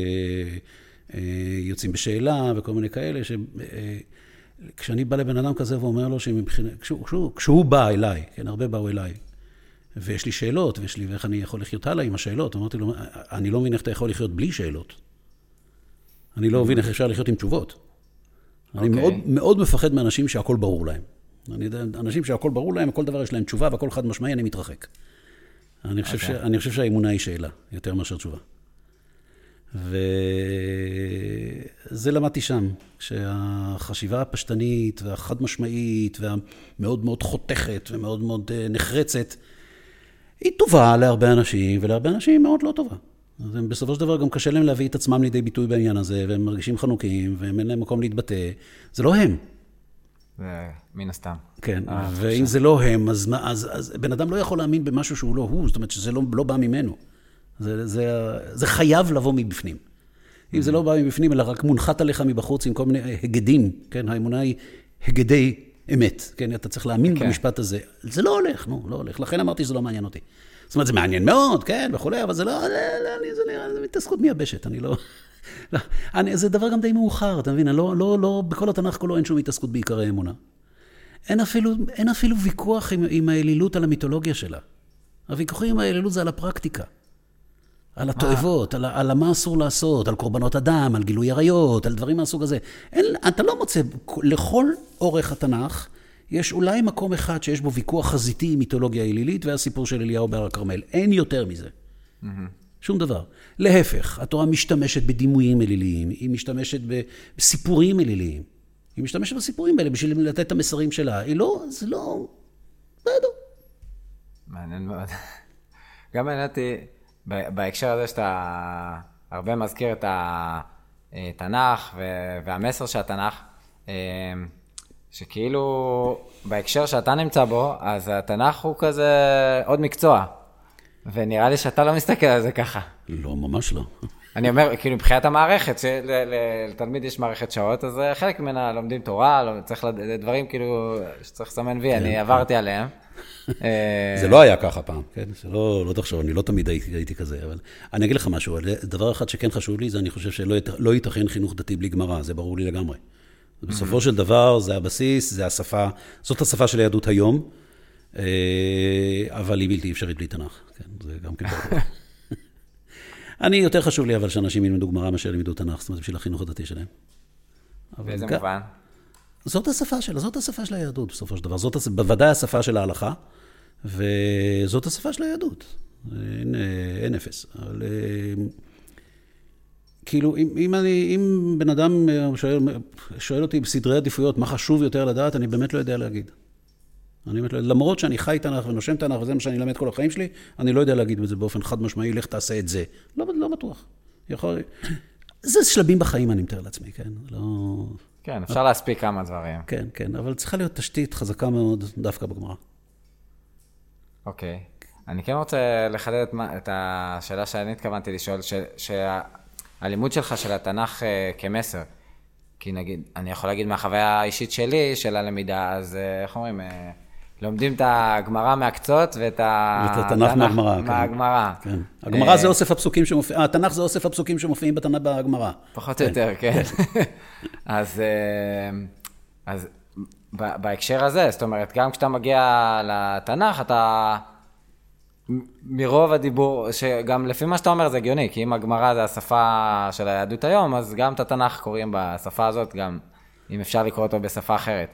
Speaker 3: יוצאים בשאלה וכל מיני כאלה, כשאני בא לבן אדם כזה ואומר לו כשהוא בא אליי, כן, הרבה באו אליי, ויש לי שאלות, ואיך אני יכול לחיות הלאה עם השאלות, אמרתי לו, אני לא מבין איך אתה יכול לחיות בלי שאלות. אני לא מבין איך אפשר לחיות עם תשובות. אני מאוד מפחד מאנשים שהכל ברור להם. אנשים שהכל ברור להם, כל דבר יש להם תשובה, והכל חד משמעי, אני מתרחק. אני חושב שהאמונה היא שאלה, יותר מאשר תשובה. וזה למדתי שם, שהחשיבה הפשטנית והחד משמעית והמאוד מאוד חותכת ומאוד מאוד נחרצת, היא טובה להרבה אנשים, ולהרבה אנשים מאוד לא טובה. אז בסופו של דבר גם קשה להם להביא את עצמם לידי ביטוי בעניין הזה, והם מרגישים חנוקים, והם אין להם מקום להתבטא. זה לא הם.
Speaker 2: מן הסתם.
Speaker 3: כן, ואם זה לא הם, אז בן אדם לא יכול להאמין במשהו שהוא לא הוא, זאת אומרת שזה לא בא ממנו. זה חייב לבוא מבפנים. אם זה לא בא מבפנים, אלא רק מונחת עליך מבחוץ עם כל מיני הגדים, כן? האמונה היא הגדי אמת, כן? אתה צריך להאמין במשפט הזה. זה לא הולך, לא הולך. לכן אמרתי שזה לא מעניין אותי. זאת אומרת, זה מעניין מאוד, כן, וכולי, אבל זה לא, זה מתעסקות מייבשת, אני לא... זה דבר גם די מאוחר, אתה מבין? בכל התנ"ך כולו אין שום התעסקות בעיקרי אמונה. אין אפילו ויכוח עם האלילות על המיתולוגיה שלה. הוויכוחים עם האלילות זה על הפרקטיקה. על התועבות, על מה אסור לעשות, על קורבנות אדם, על גילוי עריות, על דברים מהסוג הזה. אתה לא מוצא, לכל אורך התנ"ך, יש אולי מקום אחד שיש בו ויכוח חזיתי עם מיתולוגיה אלילית, והסיפור של אליהו בהר הכרמל. אין יותר מזה. שום דבר. להפך, התורה משתמשת בדימויים אליליים, היא משתמשת בסיפורים אליליים. היא משתמשת בסיפורים האלה בשביל לתת את המסרים שלה. זה לא...
Speaker 2: מעניין מאוד. גם מעניין אותי, בהקשר הזה שאתה הרבה מזכיר את התנ"ך והמסר של התנ"ך, שכאילו בהקשר שאתה נמצא בו, אז התנ"ך הוא כזה עוד מקצוע. ונראה לי שאתה לא מסתכל על זה ככה.
Speaker 3: לא, ממש לא.
Speaker 2: אני אומר, כאילו, מבחינת המערכת, שלתלמיד יש מערכת שעות, אז חלק ממנה לומדים תורה, צריך דברים כאילו, שצריך לסמן וי, אני עברתי עליהם.
Speaker 3: זה לא היה ככה פעם, כן? זה לא תחשוב, אני לא תמיד הייתי כזה, אבל אני אגיד לך משהו, דבר אחד שכן חשוב לי, זה אני חושב שלא ייתכן חינוך דתי בלי גמרא, זה ברור לי לגמרי. בסופו של דבר, זה הבסיס, זה השפה, זאת השפה של היהדות היום, אבל היא בלתי אפשרית בלי תנ"ך, כן? זה גם כן ברור. אני יותר חשוב לי, אבל שאנשים ילמדו גמרא מאשר ילמדו תנ"ך, זאת אומרת, בשביל החינוך הדתי שלהם.
Speaker 2: באיזה מובן?
Speaker 3: זאת השפה שלה, זאת השפה של היהדות, בסופו של דבר. זאת בוודאי השפה של ההלכה, וזאת השפה של היהדות. אין אפס. אבל, כאילו, אם בן אדם שואל אותי בסדרי עדיפויות, מה חשוב יותר לדעת, אני באמת לא יודע להגיד. למרות שאני חי תנ"ך ונושם תנ"ך, וזה מה שאני למד כל החיים שלי, אני לא יודע להגיד את זה באופן חד משמעי, לך תעשה את זה. לא בטוח. זה שלבים בחיים, אני מתאר לעצמי, כן?
Speaker 2: כן, אפשר להספיק כמה דברים.
Speaker 3: כן, כן, אבל צריכה להיות תשתית חזקה מאוד דווקא בגמרא.
Speaker 2: אוקיי. אני כן רוצה לחדד את השאלה שאני התכוונתי לשאול, שהלימוד שלך של התנ"ך כמסר, כי נגיד, אני יכול להגיד מהחוויה האישית שלי, של הלמידה, אז איך אומרים, לומדים את הגמרא מהקצות ואת
Speaker 3: התנ"ך מהגמרא.
Speaker 2: כן.
Speaker 3: הגמרא זה אוסף הפסוקים שמופיעים, התנ"ך זה אוסף הפסוקים שמופיעים בגמרא.
Speaker 2: פחות או יותר, כן. אז בהקשר הזה, זאת אומרת, גם כשאתה מגיע לתנ"ך, אתה מרוב הדיבור, שגם לפי מה שאתה אומר זה הגיוני, כי אם הגמרא זה השפה של היהדות היום, אז גם את התנ"ך קוראים בשפה הזאת, גם אם אפשר לקרוא אותו בשפה אחרת.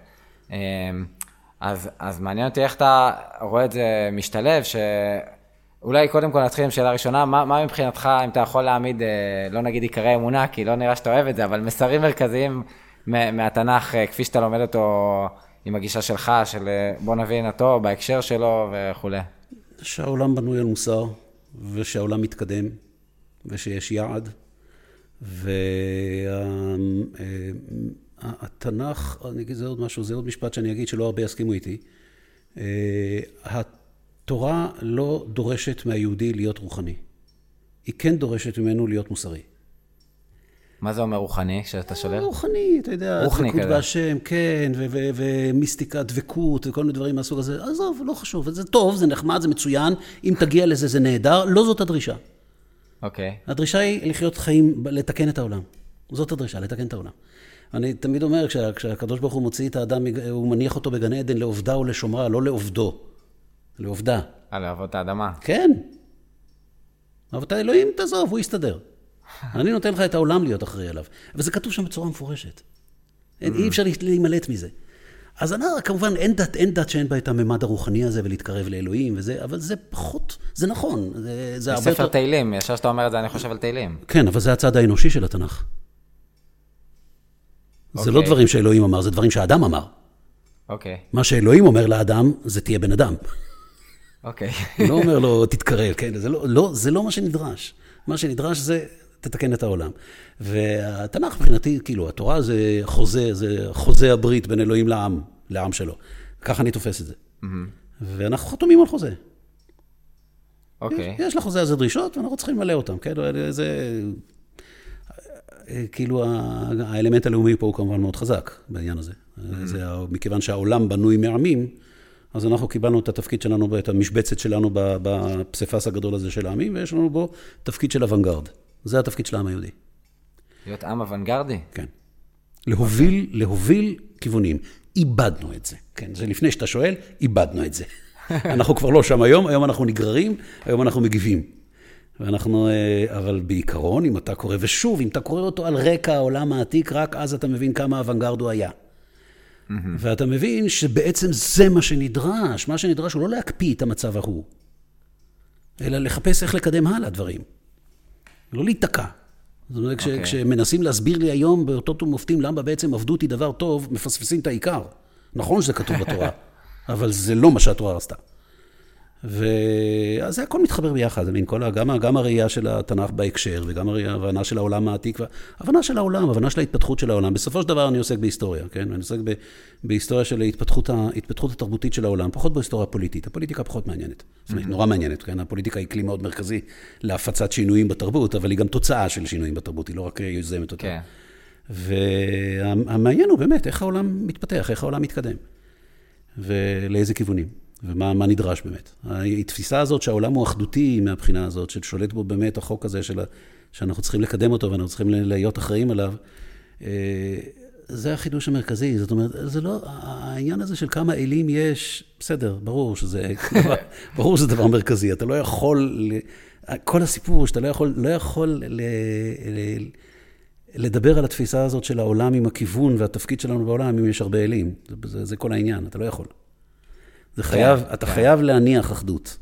Speaker 2: אז מעניין אותי איך אתה רואה את זה משתלב, שאולי קודם כל נתחיל עם שאלה ראשונה, מה מבחינתך, אם אתה יכול להעמיד, לא נגיד עיקרי אמונה, כי לא נראה שאתה אוהב את זה, אבל מסרים מרכזיים מהתנ"ך, כפי שאתה לומד אותו עם הגישה שלך, של בוא נבין אותו בהקשר שלו וכו'.
Speaker 3: שהעולם בנוי על מוסר, ושהעולם מתקדם, ושיש יעד, התנ"ך, אני אגיד, זה עוד משהו, זה עוד משפט שאני אגיד שלא הרבה יסכימו איתי. התורה לא דורשת מהיהודי להיות רוחני. היא כן דורשת ממנו להיות מוסרי.
Speaker 2: מה זה אומר רוחני, כשאתה שולח?
Speaker 3: רוחני, אתה יודע, דבקות בהשם, כן, ומיסטיקה, דבקות, וכל מיני דברים מהסוג הזה. עזוב, לא חשוב, זה טוב, זה נחמד, זה מצוין, אם תגיע לזה זה נהדר, לא זאת הדרישה.
Speaker 2: אוקיי.
Speaker 3: הדרישה היא לחיות חיים, לתקן את העולם. זאת הדרישה, לתקן את העולם. אני תמיד אומר, כשהקדוש ברוך הוא מוציא את האדם, הוא מניח אותו בגן עדן לעובדה או לשומרה, לא לעובדו. לעובדה.
Speaker 2: לעבוד את האדמה.
Speaker 3: כן. אבל את האלוהים תעזוב, הוא יסתדר. אני נותן לך את העולם להיות אחראי עליו. וזה כתוב שם בצורה מפורשת. אי אפשר להימלט מזה. אז כמובן אין דת שאין בה את הממד הרוחני הזה ולהתקרב לאלוהים וזה, אבל זה פחות, זה נכון.
Speaker 2: זה ספר תהילים, ישר שאתה אומר את זה, אני חושב על תהילים.
Speaker 3: כן, אבל זה הצד האנושי של התנ"ך. זה לא דברים שאלוהים אמר, זה דברים שהאדם אמר.
Speaker 2: אוקיי.
Speaker 3: מה שאלוהים אומר לאדם, זה תהיה בן אדם.
Speaker 2: אוקיי.
Speaker 3: לא אומר לו, תתקרב, כן? זה לא מה שנדרש. מה שנדרש זה, תתקן את העולם. והתנ"ך מבחינתי, כאילו, התורה זה חוזה הברית בין אלוהים לעם שלו. ככה אני תופס את זה. ואנחנו חתומים על חוזה.
Speaker 2: אוקיי.
Speaker 3: יש לחוזה הזה דרישות, ואנחנו צריכים למלא אותם, כן? זה... כאילו, האלמנט הלאומי פה הוא כמובן מאוד חזק בעניין הזה. זה, מכיוון שהעולם בנוי מעמים, אז אנחנו קיבלנו את התפקיד שלנו, את המשבצת שלנו בפסיפס הגדול הזה של העמים, ויש לנו בו תפקיד של אוונגרד. זה התפקיד של העם היהודי.
Speaker 2: להיות עם אוונגרדי?
Speaker 3: כן. להוביל כיוונים. איבדנו את זה. כן, זה לפני שאתה שואל, איבדנו את זה. אנחנו כבר לא שם היום אנחנו נגררים, היום אנחנו מגיבים. ואנחנו, אבל בעיקרון, אם אתה קורא, ושוב, אם אתה קורא אותו על רקע העולם העתיק, רק אז אתה מבין כמה אוונגרד הוא היה. ואתה מבין שבעצם זה מה שנדרש. מה שנדרש הוא לא להקפיא את המצב ההוא, אלא לחפש איך לקדם הלאה דברים. לא להיתקע. זאת אומרת, כשמנסים להסביר לי היום באותות ומופתים למה בעצם עבדות היא דבר טוב, מפספסים את העיקר. נכון שזה כתוב בתורה, אבל זה לא מה שהתורה עשתה. אז זה הכל מתחבר ביחד, גם הראייה של התנ"ך בהקשר, וגם ההבנה של העולם העתיק, ההבנה של העולם, ההבנה של ההתפתחות של העולם. בסופו של דבר אני עוסק בהיסטוריה, כן? אני עוסק בהיסטוריה של ההתפתחות התרבותית של העולם, פחות בהיסטוריה הפוליטית. הפוליטיקה פחות מעניינת, זאת אומרת, נורא מעניינת, כן? הפוליטיקה היא כלי מאוד מרכזי להפצת שינויים בתרבות, אבל היא גם תוצאה של שינויים בתרבות, היא לא רק יוזמת אותה. והמעניין הוא באמת איך העולם מתפתח, איך העולם מתקדם, ולאיזה כיוונים. ומה נדרש באמת. התפיסה הזאת שהעולם הוא אחדותי מהבחינה הזאת, ששולט בו באמת החוק הזה שאנחנו צריכים לקדם אותו, ואנחנו צריכים להיות אחראים עליו, זה החידוש המרכזי. זאת אומרת, זה לא, העניין הזה של כמה אלים יש, בסדר, ברור שזה דבר מרכזי. אתה לא יכול, כל הסיפור שאתה לא יכול לדבר על התפיסה הזאת של העולם עם הכיוון והתפקיד שלנו בעולם, אם יש הרבה אלים. זה כל העניין, אתה לא יכול. אתה חייב להניח אחדות.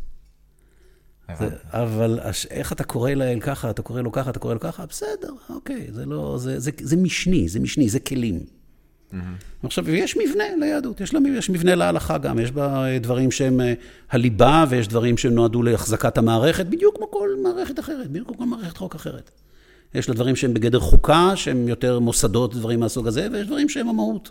Speaker 3: אבל איך אתה קורא לאל ככה, אתה קורא לו ככה, אתה קורא לו ככה, בסדר, אוקיי, זה משני, זה כלים. עכשיו, יש מבנה ליהדות, יש מבנה להלכה גם, יש בה דברים שהם הליבה, ויש דברים שהם נועדו להחזקת המערכת, בדיוק כמו כל מערכת אחרת, בדיוק כמו כל מערכת חוק אחרת. יש לה דברים שהם בגדר חוקה, שהם יותר מוסדות, דברים מהסוג הזה, ויש דברים שהם המהות.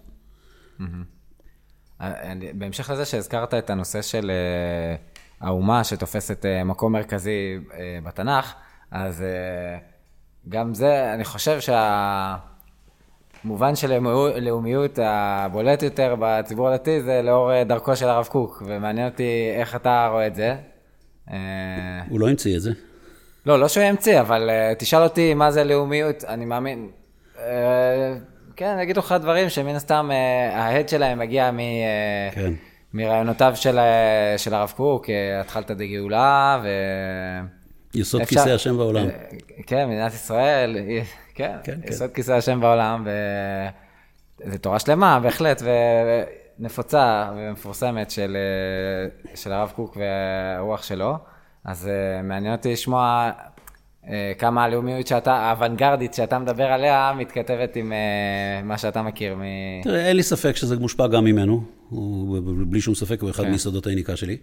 Speaker 2: בהמשך לזה שהזכרת את הנושא של האומה שתופסת מקום מרכזי בתנ"ך, אז גם זה, אני חושב שהמובן של לאומיות הבולט יותר בציבור הדתי זה לאור דרכו של הרב קוק, ומעניין אותי איך אתה רואה את זה.
Speaker 3: הוא לא המציא את זה.
Speaker 2: לא שהוא המציא, אבל תשאל אותי מה זה לאומיות, אני מאמין... כן, אני אגיד לך דברים שמן הסתם ההד שלהם מגיע מרעיונותיו של הרב קוק, התחלת דגאולה
Speaker 3: יסוד כיסא השם בעולם.
Speaker 2: כן, מדינת ישראל, כן, יסוד כיסא השם בעולם, זו תורה שלמה, בהחלט, ונפוצה ומפורסמת של הרב קוק והרוח שלו, אז מעניין אותי לשמוע... כמה הלאומיות האוונגרדית שאתה מדבר עליה, מתכתבת עם מה שאתה מכיר.
Speaker 3: תראה, אין לי ספק שזה מושפע גם ממנו, בלי שום ספק, הוא אחד מיסודות היניקה שלי.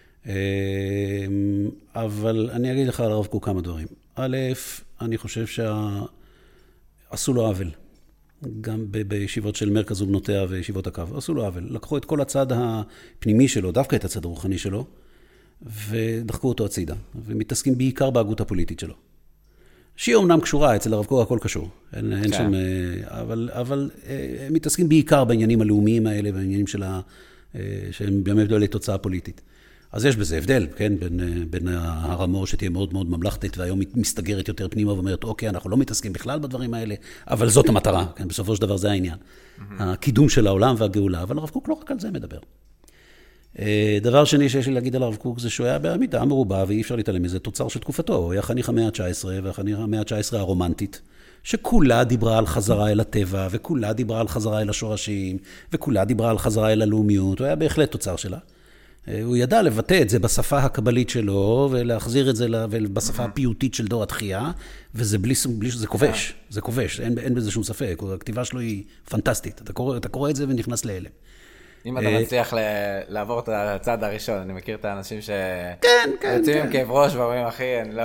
Speaker 3: אבל אני אגיד לך על הרב קוק כמה דברים. א', אני חושב שעשו לו עוול, גם בישיבות של מרכז ובנותיה וישיבות הקו, עשו לו עוול. לקחו את כל הצד הפנימי שלו, דווקא את הצד הרוחני שלו, ודחקו אותו הצידה, ומתעסקים בעיקר בהגות הפוליטית שלו. שהיא אומנם קשורה, אצל הרב קוק הכל קשור, אין שם, אבל מתעסקים בעיקר בעניינים הלאומיים האלה, בעניינים שהם באמת לא לתוצאה פוליטית. אז יש בזה הבדל, כן, בין הרמו שתהיה מאוד מאוד ממלכתית, והיום מסתגרת יותר פנימה ואומרת, אוקיי, אנחנו לא מתעסקים בכלל בדברים האלה, אבל זאת המטרה, כן, בסופו של דבר זה העניין. הקידום של העולם והגאולה, אבל הרב קוק לא רק על זה מדבר. דבר שני שיש לי להגיד על הרב קוק זה שהוא היה בעמידה מרובה ואי אפשר להתעלם מזה, תוצר של תקופתו. הוא היה חניך המאה ה-19 והחניך המאה ה-19 הרומנטית, שכולה דיברה על חזרה אל הטבע, וכולה דיברה על חזרה אל השורשים, וכולה דיברה על חזרה אל הלאומיות. הוא היה בהחלט תוצר שלה. הוא ידע לבטא את זה בשפה הקבלית שלו, ולהחזיר את זה בשפה הפיוטית של דור התחייה, וזה זה כובש, זה כובש, אין בזה שום ספק. הכתיבה שלו היא פנטסטית. אתה קורא את זה ונכנס להלם.
Speaker 2: אם אתה מצליח לעבור את הצד הראשון, אני מכיר את האנשים שיוצאים עם כאב ראש ואומרים, אחי, אני לא...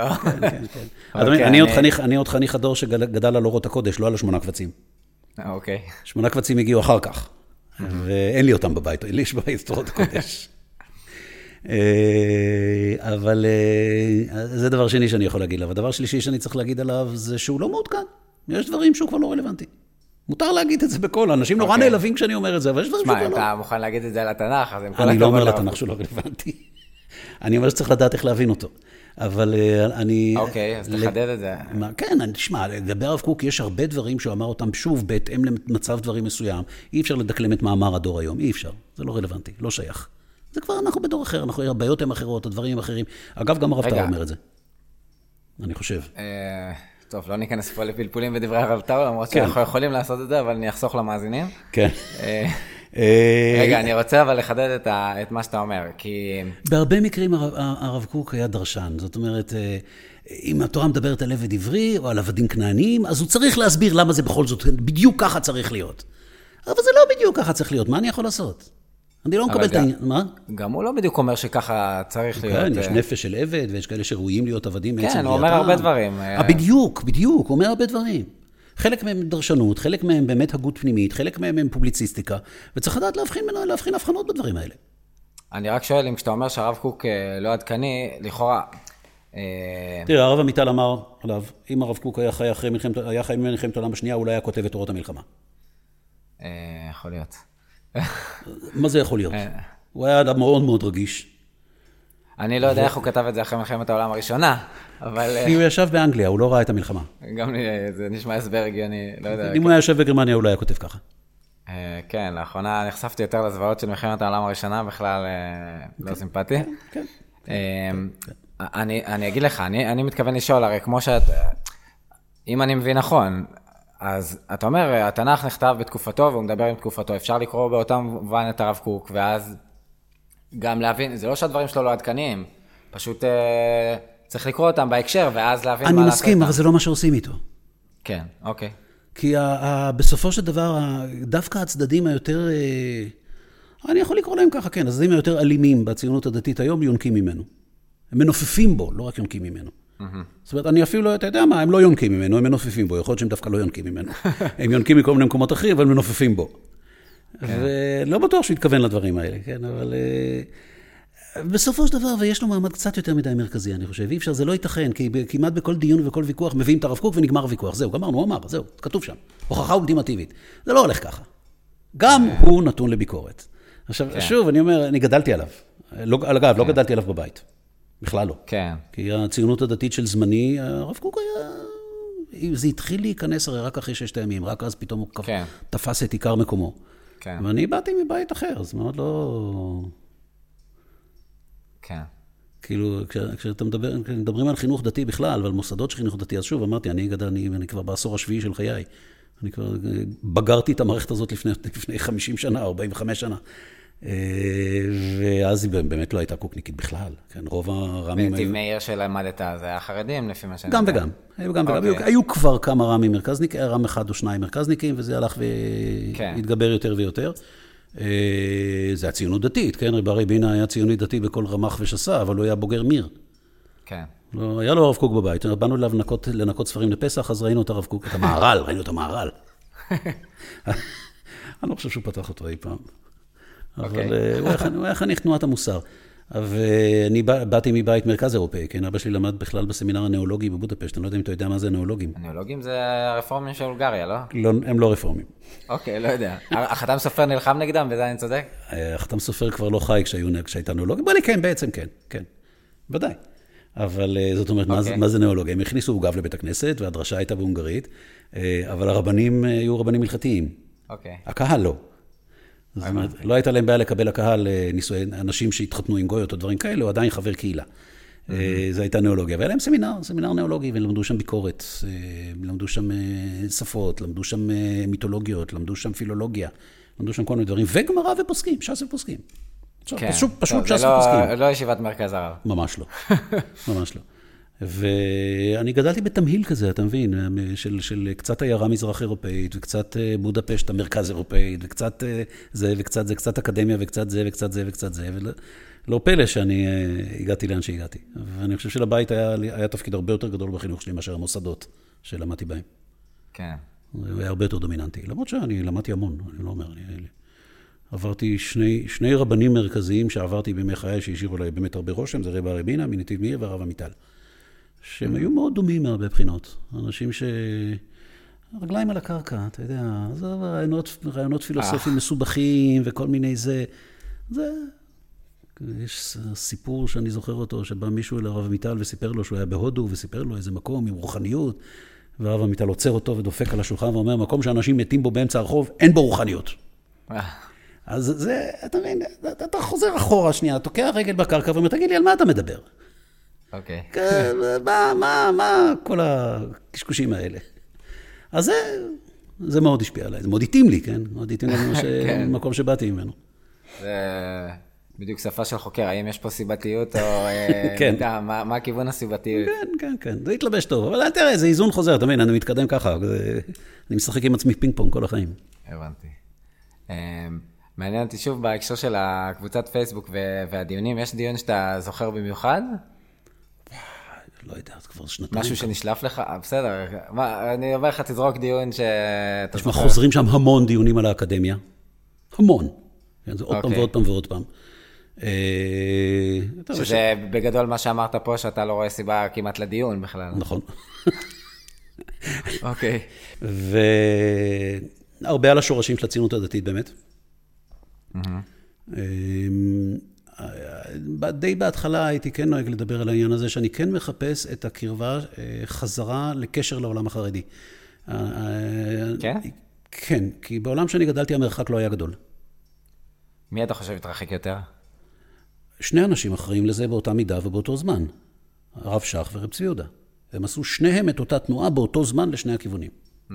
Speaker 3: אני עוד חניך הדור שגדל על אורות הקודש, לא על 8 קבצים.
Speaker 2: אוקיי.
Speaker 3: 8 קבצים הגיעו אחר כך, ואין לי אותם בבית, לי יש בבית אורות הקודש. אבל זה דבר שני שאני יכול להגיד עליו. הדבר שלישי שאני צריך להגיד עליו זה שהוא לא מעודכן. יש דברים שהוא כבר לא רלוונטי. מותר להגיד את זה בכל, אנשים נורא נעלבים כשאני אומר את זה, אבל יש דברים שהוא כבר לא.
Speaker 2: אתה מוכן להגיד את זה על התנ"ך, אז
Speaker 3: אני לא אומר לתנ"ך שהוא לא רלוונטי. אני אומר שצריך לדעת איך להבין אותו. אבל אני...
Speaker 2: אוקיי, אז תחדד את זה.
Speaker 3: כן, תשמע, לגבי הרב קוק יש הרבה דברים שהוא אמר אותם שוב, בהתאם למצב דברים מסוים. אי אפשר לדקלם את מאמר הדור היום, אי אפשר. זה לא רלוונטי, לא שייך. זה כבר אנחנו בדור אחר, הבעיות הן אחרות, הדברים הם אחרים. אגב, גם הרב טאו אומר את זה. אני חושב.
Speaker 2: טוב, לא ניכנס פה לפלפולים בדברי הרב טאו, למרות שאנחנו יכולים לעשות את זה, אבל אני אחסוך למאזינים.
Speaker 3: כן.
Speaker 2: רגע, אני רוצה אבל לחדד את מה שאתה אומר, כי...
Speaker 3: בהרבה מקרים הרב קוק היה דרשן, זאת אומרת, אם התורה מדברת על עבד עברי או על עבדים כנעניים, אז הוא צריך להסביר למה זה בכל זאת, בדיוק ככה צריך להיות. אבל זה לא בדיוק ככה צריך להיות, מה אני יכול לעשות? אני לא מקבל את העניין, מה?
Speaker 2: גם הוא לא בדיוק אומר שככה צריך להיות.
Speaker 3: כן, יש נפש של עבד, ויש כאלה שראויים להיות עבדים מעצם בריאתם.
Speaker 2: כן, הוא אומר הרבה דברים.
Speaker 3: בדיוק, הוא אומר הרבה דברים. חלק מהם דרשנות, חלק מהם באמת הגות פנימית, חלק מהם הם פובליציסטיקה, וצריך לדעת להבחין הבחנות בדברים האלה.
Speaker 2: אני רק שואל, אם כשאתה אומר שהרב קוק לא עדכני, לכאורה...
Speaker 3: תראה, הרב עמיטל אמר עליו, אם הרב קוק היה חי ממלחמת העולם השנייה, אולי היה כותב את תורות המלחמה.
Speaker 2: יכול להיות.
Speaker 3: מה זה יכול להיות? הוא היה אדם מאוד מאוד רגיש.
Speaker 2: אני לא יודע איך הוא כתב את זה אחרי מלחמת העולם הראשונה, אבל...
Speaker 3: כי הוא ישב באנגליה, הוא לא ראה את המלחמה.
Speaker 2: גם לי, זה נשמע הסבר הגיוני, לא יודע.
Speaker 3: אם הוא היה יושב בגרמניה, הוא לא היה כותב ככה.
Speaker 2: כן, לאחרונה נחשפתי יותר לזוועות של מלחמת העולם הראשונה, בכלל לא סימפטי.
Speaker 3: כן.
Speaker 2: אני אגיד לך, אני מתכוון לשאול, הרי כמו שאת... אם אני מבין נכון, אז אתה אומר, התנ"ך נכתב בתקופתו, והוא מדבר עם תקופתו, אפשר לקרוא באותם מובן את הרב קוק, ואז גם להבין, זה לא שהדברים שלו לא עדכניים, פשוט צריך לקרוא אותם בהקשר, ואז להבין מה לעשות.
Speaker 3: אני מסכים, אבל זה לא מה שעושים איתו.
Speaker 2: כן, אוקיי.
Speaker 3: כי בסופו של דבר, דווקא הצדדים היותר, אני יכול לקרוא להם ככה, כן, הצדדים היותר אלימים בציונות הדתית היום, יונקים ממנו. הם מנופפים בו, לא רק יונקים ממנו. זאת אומרת, אני אפילו לא, אתה יודע מה, הם לא יונקים ממנו, הם מנופפים בו, יכול להיות שהם דווקא לא יונקים ממנו. הם יונקים מכל מיני מקומות אחרים, אבל מנופפים בו. ולא בטוח שהוא יתכוון לדברים האלה, כן, אבל בסופו של דבר, ויש לו מעמד קצת יותר מדי מרכזי, אני חושב, אי אפשר, זה לא ייתכן, כי כמעט בכל דיון וכל ויכוח מביאים את הרב קוק ונגמר הוויכוח, זהו, גמרנו, הוא אמר, זהו, כתוב שם, הוכחה אולטימטיבית. זה לא הולך ככה. גם הוא נתון לביקורת. עכשיו, שוב, אני אומר, אני גדלתי עליו. אגב, לא גדלתי עליו בבית. בכלל לא.
Speaker 2: כן. כי
Speaker 3: הציונות הדתית של זמני, הרב קוק היה... זה התחיל להיכנס הרי רק אחרי 6 ימים, רק אז פתאום הוא תפס את עיקר מקומו.
Speaker 2: כן.
Speaker 3: ואני באתי מבית אחר, אז מאוד לא...
Speaker 2: כן.
Speaker 3: כאילו, כשאתם מדברים על חינוך דתי בכלל, ועל מוסדות של חינוך דתי, אז שוב, אמרתי, אני כבר בעשור השביעי של חיי. אני כבר בגרתי את המערכת הזאת לפני 50 שנה, 45 שנה. ואז היא באמת לא הייתה קוקניקית בכלל. כן, רוב הרמים...
Speaker 2: בנתיב מאיר שלמדת, זה היה חרדים לפי מה שאני...
Speaker 3: גם וגם. היו כבר כמה רמים מרכזניקים, רם אחד או 2 מרכזניקים, וזה הלך והתגבר יותר ויותר. זה הציונות דתית, כן? רבי ריבינה היה ציוני דתי בכל רמ"ח ושסה, אבל הוא היה בוגר מיר.
Speaker 2: כן.
Speaker 3: היה לו הרב קוק בבית. באנו אליו לנקות ספרים לפסח, אז ראינו את הרב קוק, את המהר"ל, ראינו את המהר"ל. אני לא חושב שהוא פתח אותו אי פעם. אבל הוא היה חניך תנועת המוסר. ואני באתי מבית מרכז אירופאי, כן? אבא שלי למד בכלל בסמינר הנאולוגי בבודפשט. אני לא יודע אם אתה יודע מה זה נאולוגים.
Speaker 2: הנאולוגים זה הרפורמים של הונגריה, לא?
Speaker 3: לא, הם לא רפורמים.
Speaker 2: אוקיי, לא יודע. החתם סופר נלחם נגדם, בזה אני צודק?
Speaker 3: החתם סופר כבר לא חי כשהייתה נאולוגים. בואי, כן, בעצם כן. ודאי. אבל זאת אומרת, מה זה נאולוגיה? הם הכניסו עוגב לבית הכנסת, והדרשה הייתה בהונגרית, אבל הרבנים היו רבנים הלכתיים.
Speaker 2: אוקיי.
Speaker 3: הקהל לא. זאת אומרת, לא הייתה להם בעיה לקבל הקהל אנשים שהתחתנו עם גויות או דברים כאלה, או עדיין חבר קהילה. זו הייתה נאולוגיה. והיה להם סמינר נאולוגי, ולמדו שם ביקורת, למדו שם שפות, למדו שם מיתולוגיות, למדו שם פילולוגיה, למדו שם כל מיני דברים, וגמרא ופוסקים, ש"ס ופוסקים. פשוט ש"ס ופוסקים.
Speaker 2: לא ישיבת מרכז הרב.
Speaker 3: ממש לא. ממש לא. ואני גדלתי בתמהיל כזה, אתה מבין, של קצת עיירה מזרח אירופאית, וקצת בודפשט המרכז אירופאית, וקצת זה וקצת זה, קצת אקדמיה וקצת זה וקצת זה וקצת זה, ולא פלא שאני הגעתי לאן שהגעתי. ואני חושב שלבית היה תפקיד הרבה יותר גדול בחינוך שלי מאשר המוסדות שלמדתי בהם.
Speaker 2: כן.
Speaker 3: הוא היה הרבה יותר דומיננטי, למרות שאני למדתי המון, אני לא אומר, עברתי שני רבנים מרכזיים שעברתי בימי חיי, שהשאירו לי באמת הרבה רושם, זה רב הרבינה, מנתיב מאיר והרב עמיטל. שהם היו מאוד דומים מהרבה בחינות. אנשים רגליים על הקרקע, אתה יודע, זה רעיונות פילוסופיים מסובכים וכל מיני זה. יש סיפור שאני זוכר אותו, שבא מישהו אל הרב עמיטל וסיפר לו שהוא היה בהודו, וסיפר לו איזה מקום עם רוחניות, והרב עמיטל עוצר אותו ודופק על השולחן ואומר, מקום שאנשים מתים בו באמצע הרחוב, אין בו רוחניות. אז זה, אתה מבין, אתה חוזר אחורה שנייה, תוקע רגל בקרקע ואומר, תגיד לי, על מה אתה מדבר?
Speaker 2: אוקיי.
Speaker 3: מה כל הקשקושים האלה? אז זה מאוד השפיע עליי, זה מאוד התאים לי, כן? מאוד התאים לי במקום שבאתי ממנו.
Speaker 2: זה בדיוק שפה של חוקר, האם יש פה סיבתיות או מה הכיוון הסיבתי?
Speaker 3: כן, זה התלבש טוב, אבל תראה, זה איזון חוזר, אתה מבין, אני מתקדם ככה, אני משחק עם עצמי פינג פונג כל החיים.
Speaker 2: הבנתי. מעניין אותי שוב בהקשר של הקבוצת פייסבוק והדיונים, יש דיון שאתה זוכר במיוחד?
Speaker 3: לא יודע, זה כבר שנתיים.
Speaker 2: משהו שנשלף לך? בסדר, אני אומר לך, תזרוק דיון שאתה
Speaker 3: זוכר. חוזרים שם המון דיונים על האקדמיה. המון. זה עוד פעם ועוד פעם ועוד פעם.
Speaker 2: שזה בגדול מה שאמרת פה, שאתה לא רואה סיבה כמעט לדיון בכלל.
Speaker 3: נכון.
Speaker 2: אוקיי.
Speaker 3: והרבה על השורשים של הציונות הדתית באמת. די בהתחלה הייתי כן נוהג לדבר על העניין הזה, שאני כן מחפש את הקרבה חזרה לקשר לעולם החרדי.
Speaker 2: כן?
Speaker 3: כן, כי בעולם שאני גדלתי המרחק לא היה גדול.
Speaker 2: מי אתה חושב התרחק יותר?
Speaker 3: שני אנשים אחראים לזה באותה מידה ובאותו זמן. הרב שך ורב צבי יהודה. הם עשו שניהם את אותה תנועה באותו זמן לשני הכיוונים.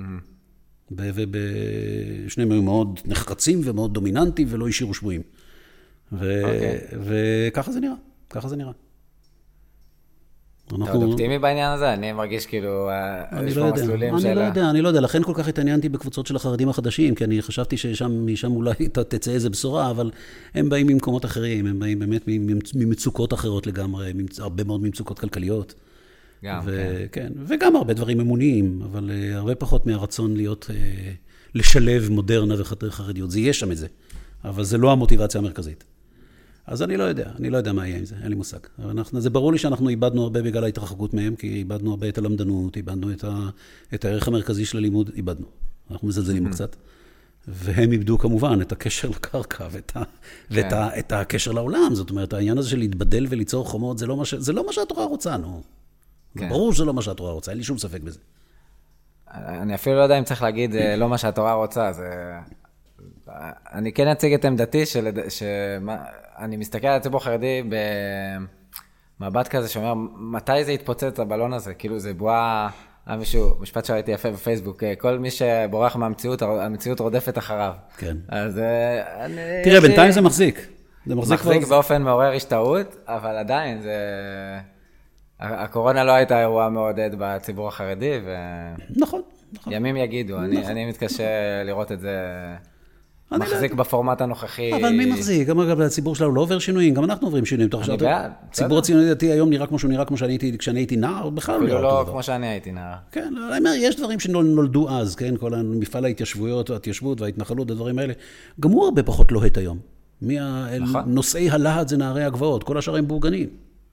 Speaker 3: ושניהם היו מאוד נחרצים ומאוד דומיננטיים ולא השאירו שבויים. וככה זה נראה, ככה זה נראה.
Speaker 2: אתה עוד אופטימי בעניין הזה? אני מרגיש כאילו, יש פה מסלולים של...
Speaker 3: אני לא יודע, לכן כל כך התעניינתי בקבוצות של החרדים החדשים, כי אני חשבתי שמשם אולי תצא איזה בשורה, אבל הם באים ממקומות אחרים, הם באים באמת ממצוקות אחרות לגמרי, הרבה מאוד ממצוקות כלכליות.
Speaker 2: גם,
Speaker 3: כן. וגם הרבה דברים אמוניים, אבל הרבה פחות מהרצון לשלב מודרנה וחרדיות. זה יש שם את זה, אבל זה לא המוטיבציה המרכזית. אז אני לא יודע מה יהיה עם זה, אין לי מושג. זה ברור לי שאנחנו איבדנו הרבה בגלל ההתרחקות מהם, כי איבדנו הרבה את הלמדנות, איבדנו את הערך המרכזי של הלימוד, איבדנו. אנחנו מזלזלים קצת. והם איבדו כמובן את הקשר לקרקע ואת הקשר לעולם. זאת אומרת, העניין הזה של להתבדל וליצור חומות, זה לא מה שהתורה רוצה, נו. זה ברור שזה לא מה שהתורה רוצה, אין לי שום ספק בזה.
Speaker 2: אני אפילו לא יודע אם צריך להגיד לא מה שהתורה רוצה, זה... אני כן אציג את עמדתי, שאני מסתכל על הציבור החרדי במבט כזה שאומר, מתי זה יתפוצץ הבלון הזה? כאילו זה בועה, משפט שראיתי יפה בפייסבוק, כל מי שבורח מהמציאות, המציאות רודפת אחריו.
Speaker 3: כן.
Speaker 2: אז
Speaker 3: תראה, בינתיים זה מחזיק. זה
Speaker 2: מחזיק באופן מעורר השתאות, אבל עדיין זה... הקורונה לא הייתה אירוע מעודד בציבור החרדי,
Speaker 3: נכון.
Speaker 2: ימים יגידו, אני מתקשה לראות את זה... מחזיק בפורמט הנוכחי.
Speaker 3: אבל מי מחזיק? גם אגב, הציבור שלנו לא עובר שינויים, גם אנחנו עוברים שינויים.
Speaker 2: אני בעד.
Speaker 3: הציבור הציוני דתי היום נראה כמו שהוא נראה כמו כשאני הייתי נער, בכלל לא
Speaker 2: אפילו לא כמו שאני הייתי נער.
Speaker 3: כן, אני אומר, יש דברים שנולדו אז, כן, כל המפעל ההתיישבויות וההתיישבות וההתנחלות, הדברים האלה, גם הוא הרבה פחות לוהט היום. נושאי הלהט זה נערי הגבעות, כל השאר הם בורגנים.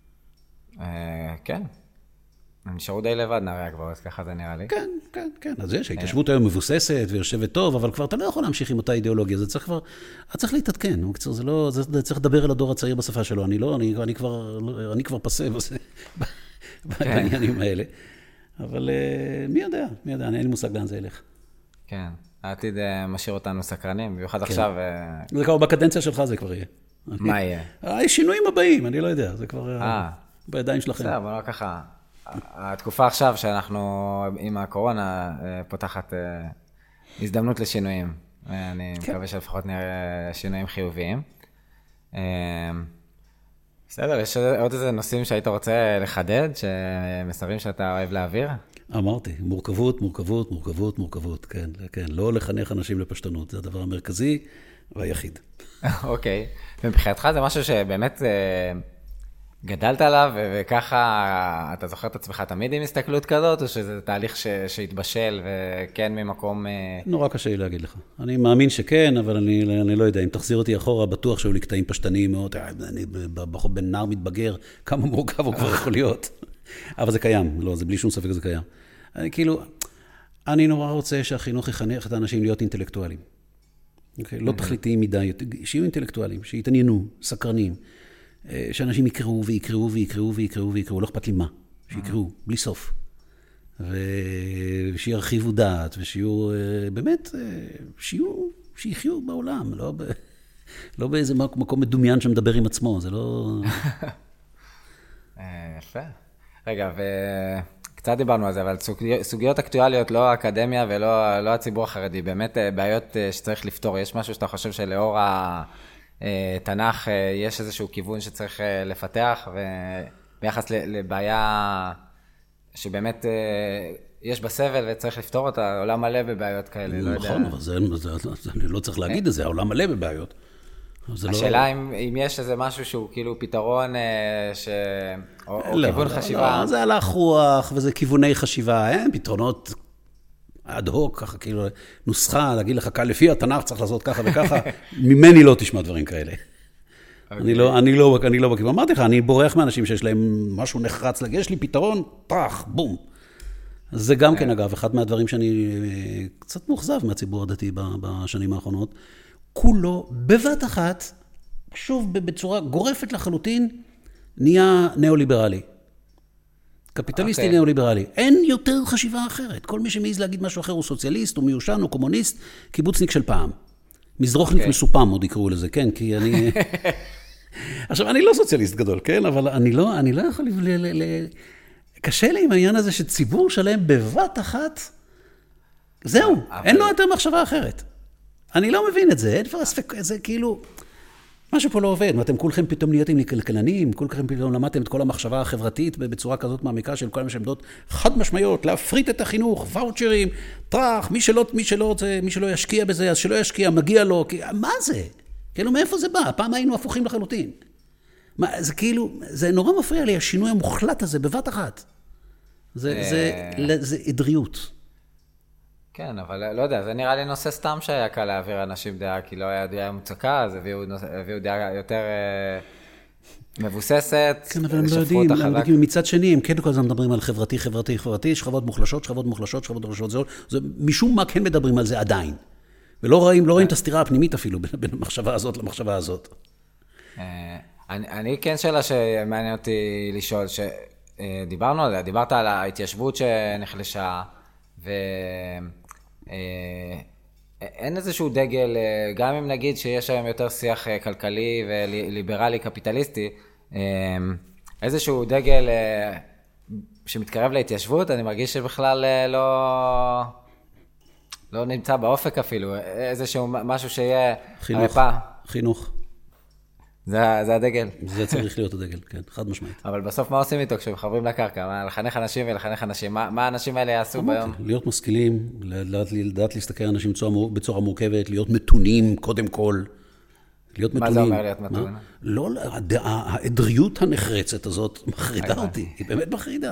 Speaker 2: כן. הם נשארו די לבד נערי הגבעות, ככה זה נראה לי.
Speaker 3: כן. אז יש, ההתיישבות היום מבוססת ויושבת טוב, אבל כבר אתה לא יכול להמשיך עם אותה אידיאולוגיה, זה צריך להתעדכן, זה צריך לדבר אל הדור הצעיר בשפה שלו, אני כבר פסה בעניינים האלה. אבל מי יודע, אין לי מושג לאן זה ילך.
Speaker 2: כן, העתיד משאיר אותנו סקרנים, במיוחד עכשיו.
Speaker 3: זה כבר בקדנציה שלך זה כבר יהיה.
Speaker 2: מה יהיה?
Speaker 3: השינויים הבאים, אני לא יודע, זה כבר בידיים שלכם.
Speaker 2: בסדר, אבל לא ככה. התקופה עכשיו שאנחנו עם הקורונה פותחת הזדמנות לשינויים. אני מקווה שלפחות נראה שינויים חיוביים. בסדר, יש עוד איזה נושאים שהיית רוצה לחדד, שמסרים שאתה אוהב להעביר?
Speaker 3: אמרתי, מורכבות, כן. לא לחנך אנשים לפשטנות, זה הדבר המרכזי והיחיד.
Speaker 2: אוקיי, ומבחינתך זה משהו שבאמת... גדלת עליו, וככה אתה זוכר את עצמך תמיד עם הסתכלות כזאת, או שזה תהליך שהתבשל, וכן ממקום...
Speaker 3: נורא קשה לי להגיד לך. אני מאמין שכן, אבל אני לא יודע. אם תחזיר אותי אחורה, בטוח שהיו לי קטעים פשטניים מאוד. אני בן נער מתבגר, כמה מורכב הוא כבר יכול להיות. אבל זה קיים, לא, זה בלי שום ספק זה קיים. אני נורא רוצה שהחינוך יחנך את האנשים להיות אינטלקטואלים. לא תכליתיים מדי, שיהיו אינטלקטואלים, שיתעניינו, סקרנים. שאנשים יקראו ויקראו ויקראו ויקראו ויקראו, לא אכפת לי מה, שיקראו, בלי סוף. ושירחיבו דעת, ושיהיו, באמת, שיחיו בעולם, לא באיזה מקום מדומיין שמדבר עם עצמו, זה לא...
Speaker 2: יפה. רגע, וקצת דיברנו על זה, אבל סוגיות אקטואליות, לא האקדמיה ולא הציבור החרדי, באמת בעיות שצריך לפתור. יש משהו שאתה חושב שלאור תנ"ך יש איזשהו כיוון שצריך לפתח, וביחס לבעיה שבאמת יש בסבל וצריך לפתור אותה, העולם מלא בבעיות כאלה, לא יודע.
Speaker 3: נכון, אבל אני לא צריך להגיד את זה, העולם מלא בבעיות.
Speaker 2: השאלה אם יש איזה משהו שהוא כאילו פתרון או כיוון חשיבה.
Speaker 3: לא, זה הלך רוח וזה כיווני חשיבה, אין פתרונות אד-הוק, ככה כאילו נוסחה, להגיד לך, לפי התנ"ך צריך לעשות ככה וככה, ממני לא תשמע דברים כאלה. אני לא בכיוון. אמרתי לך, אני בורח מאנשים שיש להם משהו נחרץ, יש לי פתרון, פח, בום. זה גם כן, אגב, אחד מהדברים שאני קצת מוחזב מהציבור הדתי בשנים האחרונות, כולו בבת אחת, שוב בצורה גורפת לחלוטין, נהיה ניאו-ליברלי. קפיטליסטי ניאו-ליברלי. אין יותר חשיבה אחרת. כל מי שמעז להגיד משהו אחר הוא סוציאליסט, הוא מיושן, הוא קומוניסט, קיבוצניק של פעם. מזרוחניק מסופם עוד יקראו לזה, כן? כי אני... עכשיו, אני לא סוציאליסט גדול, כן? אבל אני לא יכול... קשה לי עם העניין הזה שציבור שלהם בבת אחת, זהו, אין לו יותר מחשבה אחרת. אני לא מבין את זה, אין כבר ספק, זה כאילו... משהו פה לא עובד, אתם כולכם פתאום נהייתם כלכלנים, כולכם פתאום למדתם את כל המחשבה החברתית בצורה כזאת מעמיקה של כל המשמדות חד משמעיות, להפריט את החינוך, ואוצ'רים, טרח, מי שלא ישקיע בזה, אז שלא ישקיע, מגיע לו, מה זה? כאילו, מאיפה זה בא? פעם היינו הפוכים לחלוטין. זה כאילו, זה נורא מפריע לי, השינוי המוחלט הזה בבת אחת. זה עדריות.
Speaker 2: כן, אבל לא יודע, זה נראה לי נושא סתם שהיה קל להעביר אנשים דעה, כי לא היה דעה מוצקה, אז הביאו דעה יותר מבוססת,
Speaker 3: כן, אבל הם לא יודעים, מצד שני, הם כן כל הזמן מדברים על חברתי, שכבות מוחלשות, זה משום מה כן מדברים על זה עדיין. ולא רואים את הסתירה הפנימית אפילו, בין המחשבה הזאת למחשבה הזאת.
Speaker 2: אני כן שאלה שמעניין אותי לשאול, שדיברנו על זה, דיברת על ההתיישבות שנחלשה, אין איזשהו דגל, גם אם נגיד שיש היום יותר שיח כלכלי וליברלי קפיטליסטי, איזשהו דגל שמתקרב להתיישבות, אני מרגיש שבכלל לא נמצא באופק אפילו, איזשהו משהו שיהיה
Speaker 3: חינוך.
Speaker 2: זה הדגל.
Speaker 3: זה צריך להיות הדגל, כן, חד משמעית.
Speaker 2: אבל בסוף מה עושים איתו כשמחברים לקרקע? לחנך אנשים ולחנך אנשים? מה האנשים האלה יעשו ביום?
Speaker 3: להיות משכילים, לדעת להסתכל על אנשים בצורה מורכבת, להיות מתונים קודם כל. להיות מתונים.
Speaker 2: מה זה אומר להיות מתון?
Speaker 3: לא, העדריות הנחרצת הזאת מחרידה אותי, היא באמת מחרידה.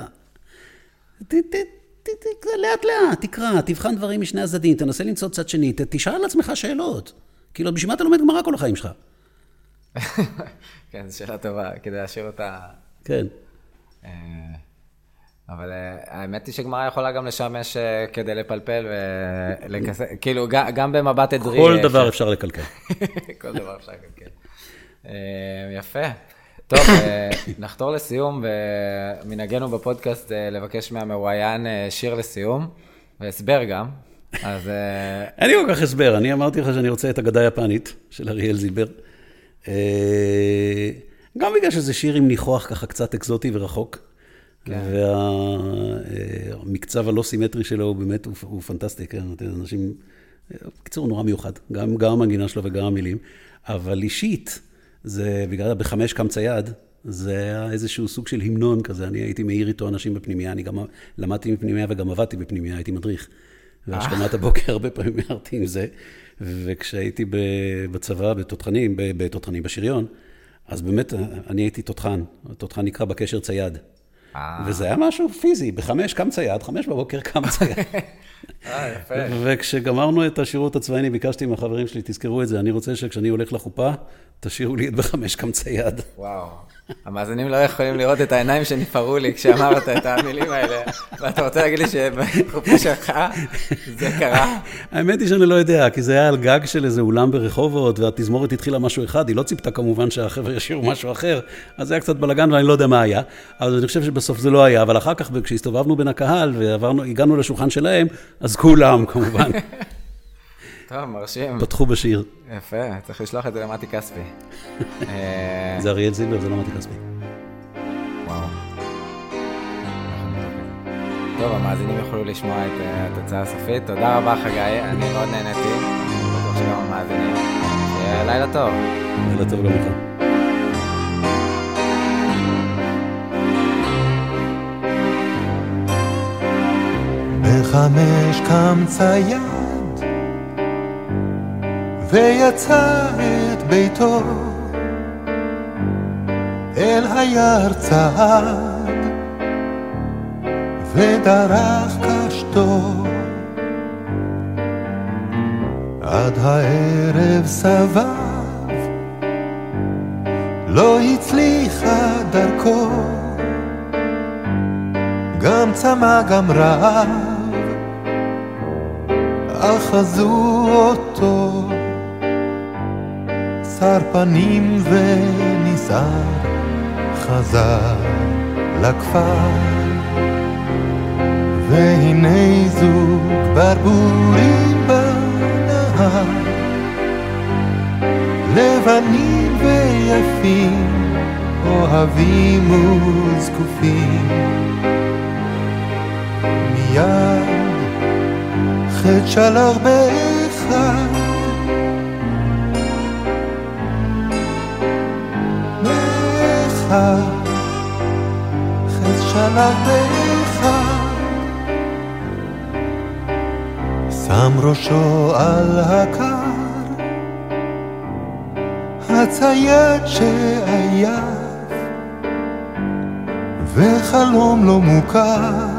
Speaker 3: לאט לאט, תקרא, תבחן דברים משני הצדדים, תנסה למצוא צד שני, תשאל על עצמך שאלות. כאילו, בשביל מה אתה לומד גמרא כל החיים שלך?
Speaker 2: כן, זו שאלה טובה, כדי להשאיר אותה...
Speaker 3: כן.
Speaker 2: אבל האמת היא שגמרא יכולה גם לשמש כדי לפלפל, כאילו, גם במבט עדרי...
Speaker 3: כל דבר אפשר לקלקל.
Speaker 2: כל דבר אפשר לקלקל. יפה. טוב, נחתור לסיום, ומנהגנו בפודקאסט לבקש מהמרואיין שיר לסיום, והסבר גם. אז...
Speaker 3: אין לי כל כך הסבר, אני אמרתי לך שאני רוצה את אגדה יפנית של אריאל זילבר. גם בגלל שזה שיר עם ניחוח ככה קצת אקזוטי ורחוק, והמקצב הלא סימטרי שלו הוא באמת, הוא פנטסטי, אנשים, בקיצור הוא נורא מיוחד, גם המנגינה שלו וגם המילים, אבל אישית, זה בגלל בחמש קמצא יד, זה היה איזשהו סוג של המנון כזה, אני הייתי מעיר איתו אנשים בפנימיה, אני גם למדתי בפנימיה וגם עבדתי בפנימיה, הייתי מדריך, והשכמת הבוקר הרבה פעמים הערתי עם זה, וכשהייתי בצבא, בתותחנים, בשריון, אז באמת, אני הייתי תותחן. התותחן נקרא בקשר צייד. וזה היה משהו פיזי. ב5 קם צייד, 5 בבוקר קם צייד.
Speaker 2: יפה.
Speaker 3: וכשגמרנו את השירות הצבאי, אני ביקשתי מהחברים שלי, תזכרו את זה, אני רוצה שכשאני הולך לחופה, תשאירו לי את ב5 קם צייד.
Speaker 2: וואו. המאזינים לא יכולים לראות את העיניים שנפערו לי כשאמרת את המילים האלה, ואתה רוצה להגיד לי שבחופה שלך זה קרה?
Speaker 3: האמת היא שאני לא יודע, כי זה היה על גג של איזה אולם ברחובות, והתזמורת התחילה משהו אחד, היא לא ציפתה כמובן שהחבר'ה ישירו משהו אחר, אז זה היה קצת בלגן ואני לא יודע מה היה, אבל אני חושב שבסוף זה לא היה, אבל אחר כך כשהסתובבנו בין הקהל והגענו לשולחן שלהם, אז כולם כמובן.
Speaker 2: טוב, מרשים.
Speaker 3: פתחו בשיר.
Speaker 2: יפה, צריך לשלוח את זה למתי כספי.
Speaker 3: זה אריאל זילבר, זה לא מתי כספי.
Speaker 2: וואו. טוב, המאזינים יוכלו לשמוע את התוצאה הסופית. תודה רבה חגי, אני מאוד נהניתי. אני בטוח שגם המאזינים. לילה טוב.
Speaker 3: לילה טוב גם לך.
Speaker 4: ב5 קם צייד ויצא את ביתו אל היער צעד ודרך קשתו עד הערב סבב לא הצליחה דרכו גם צמא גם רעב אחזו אותו שר פנים ונסער חזר לכפר והנה זוג ברבורים בנהר לבנים ויפים אוהבים וזקופים מיד חץ שלח באחד חץ שלח באחד שם ראשו על הקר הצייד שעייף וחלום לא מוכר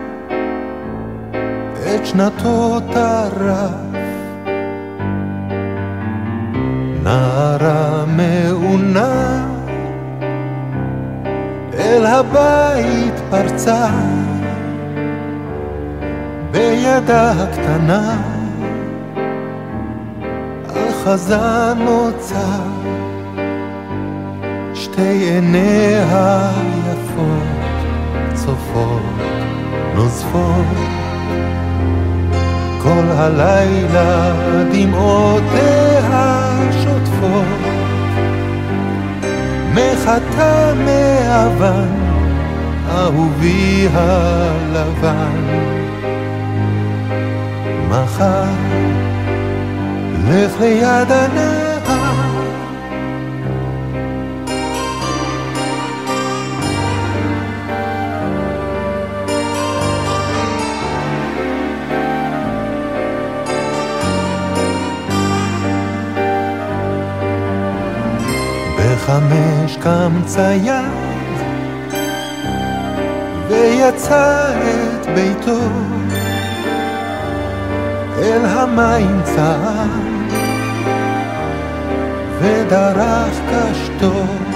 Speaker 4: את שנתו טרף נערה מעונה אל הבית פרצה בידה הקטנה אחזה נוצה שתי עיניה יפות צופות נוזפות כל הלילה דמעותיה שוטפות מחתה מאבן אהובי הלבן מחר לך ליד הנהר ב5 קם צייד ויצא את ביתו אל המים צעד ודרך קשתו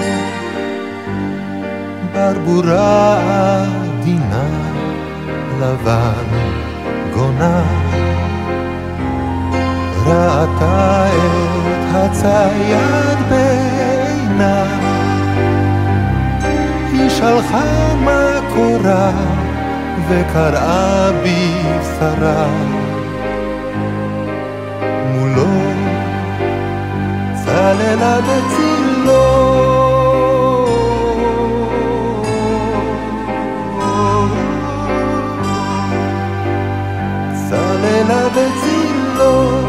Speaker 4: ברבורה עדינה לבן גונה ראתה את הצייד בעינה היא שלחה מה קורה וקראה בבשרה מולו צללה בצילו צללה בצילו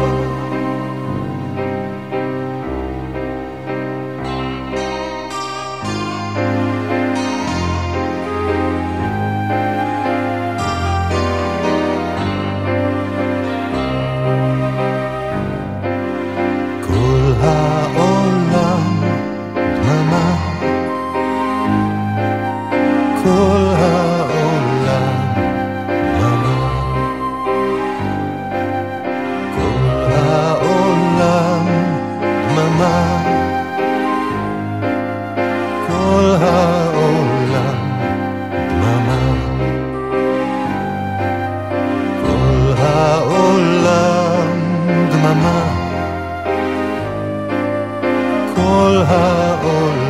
Speaker 4: כל העולם.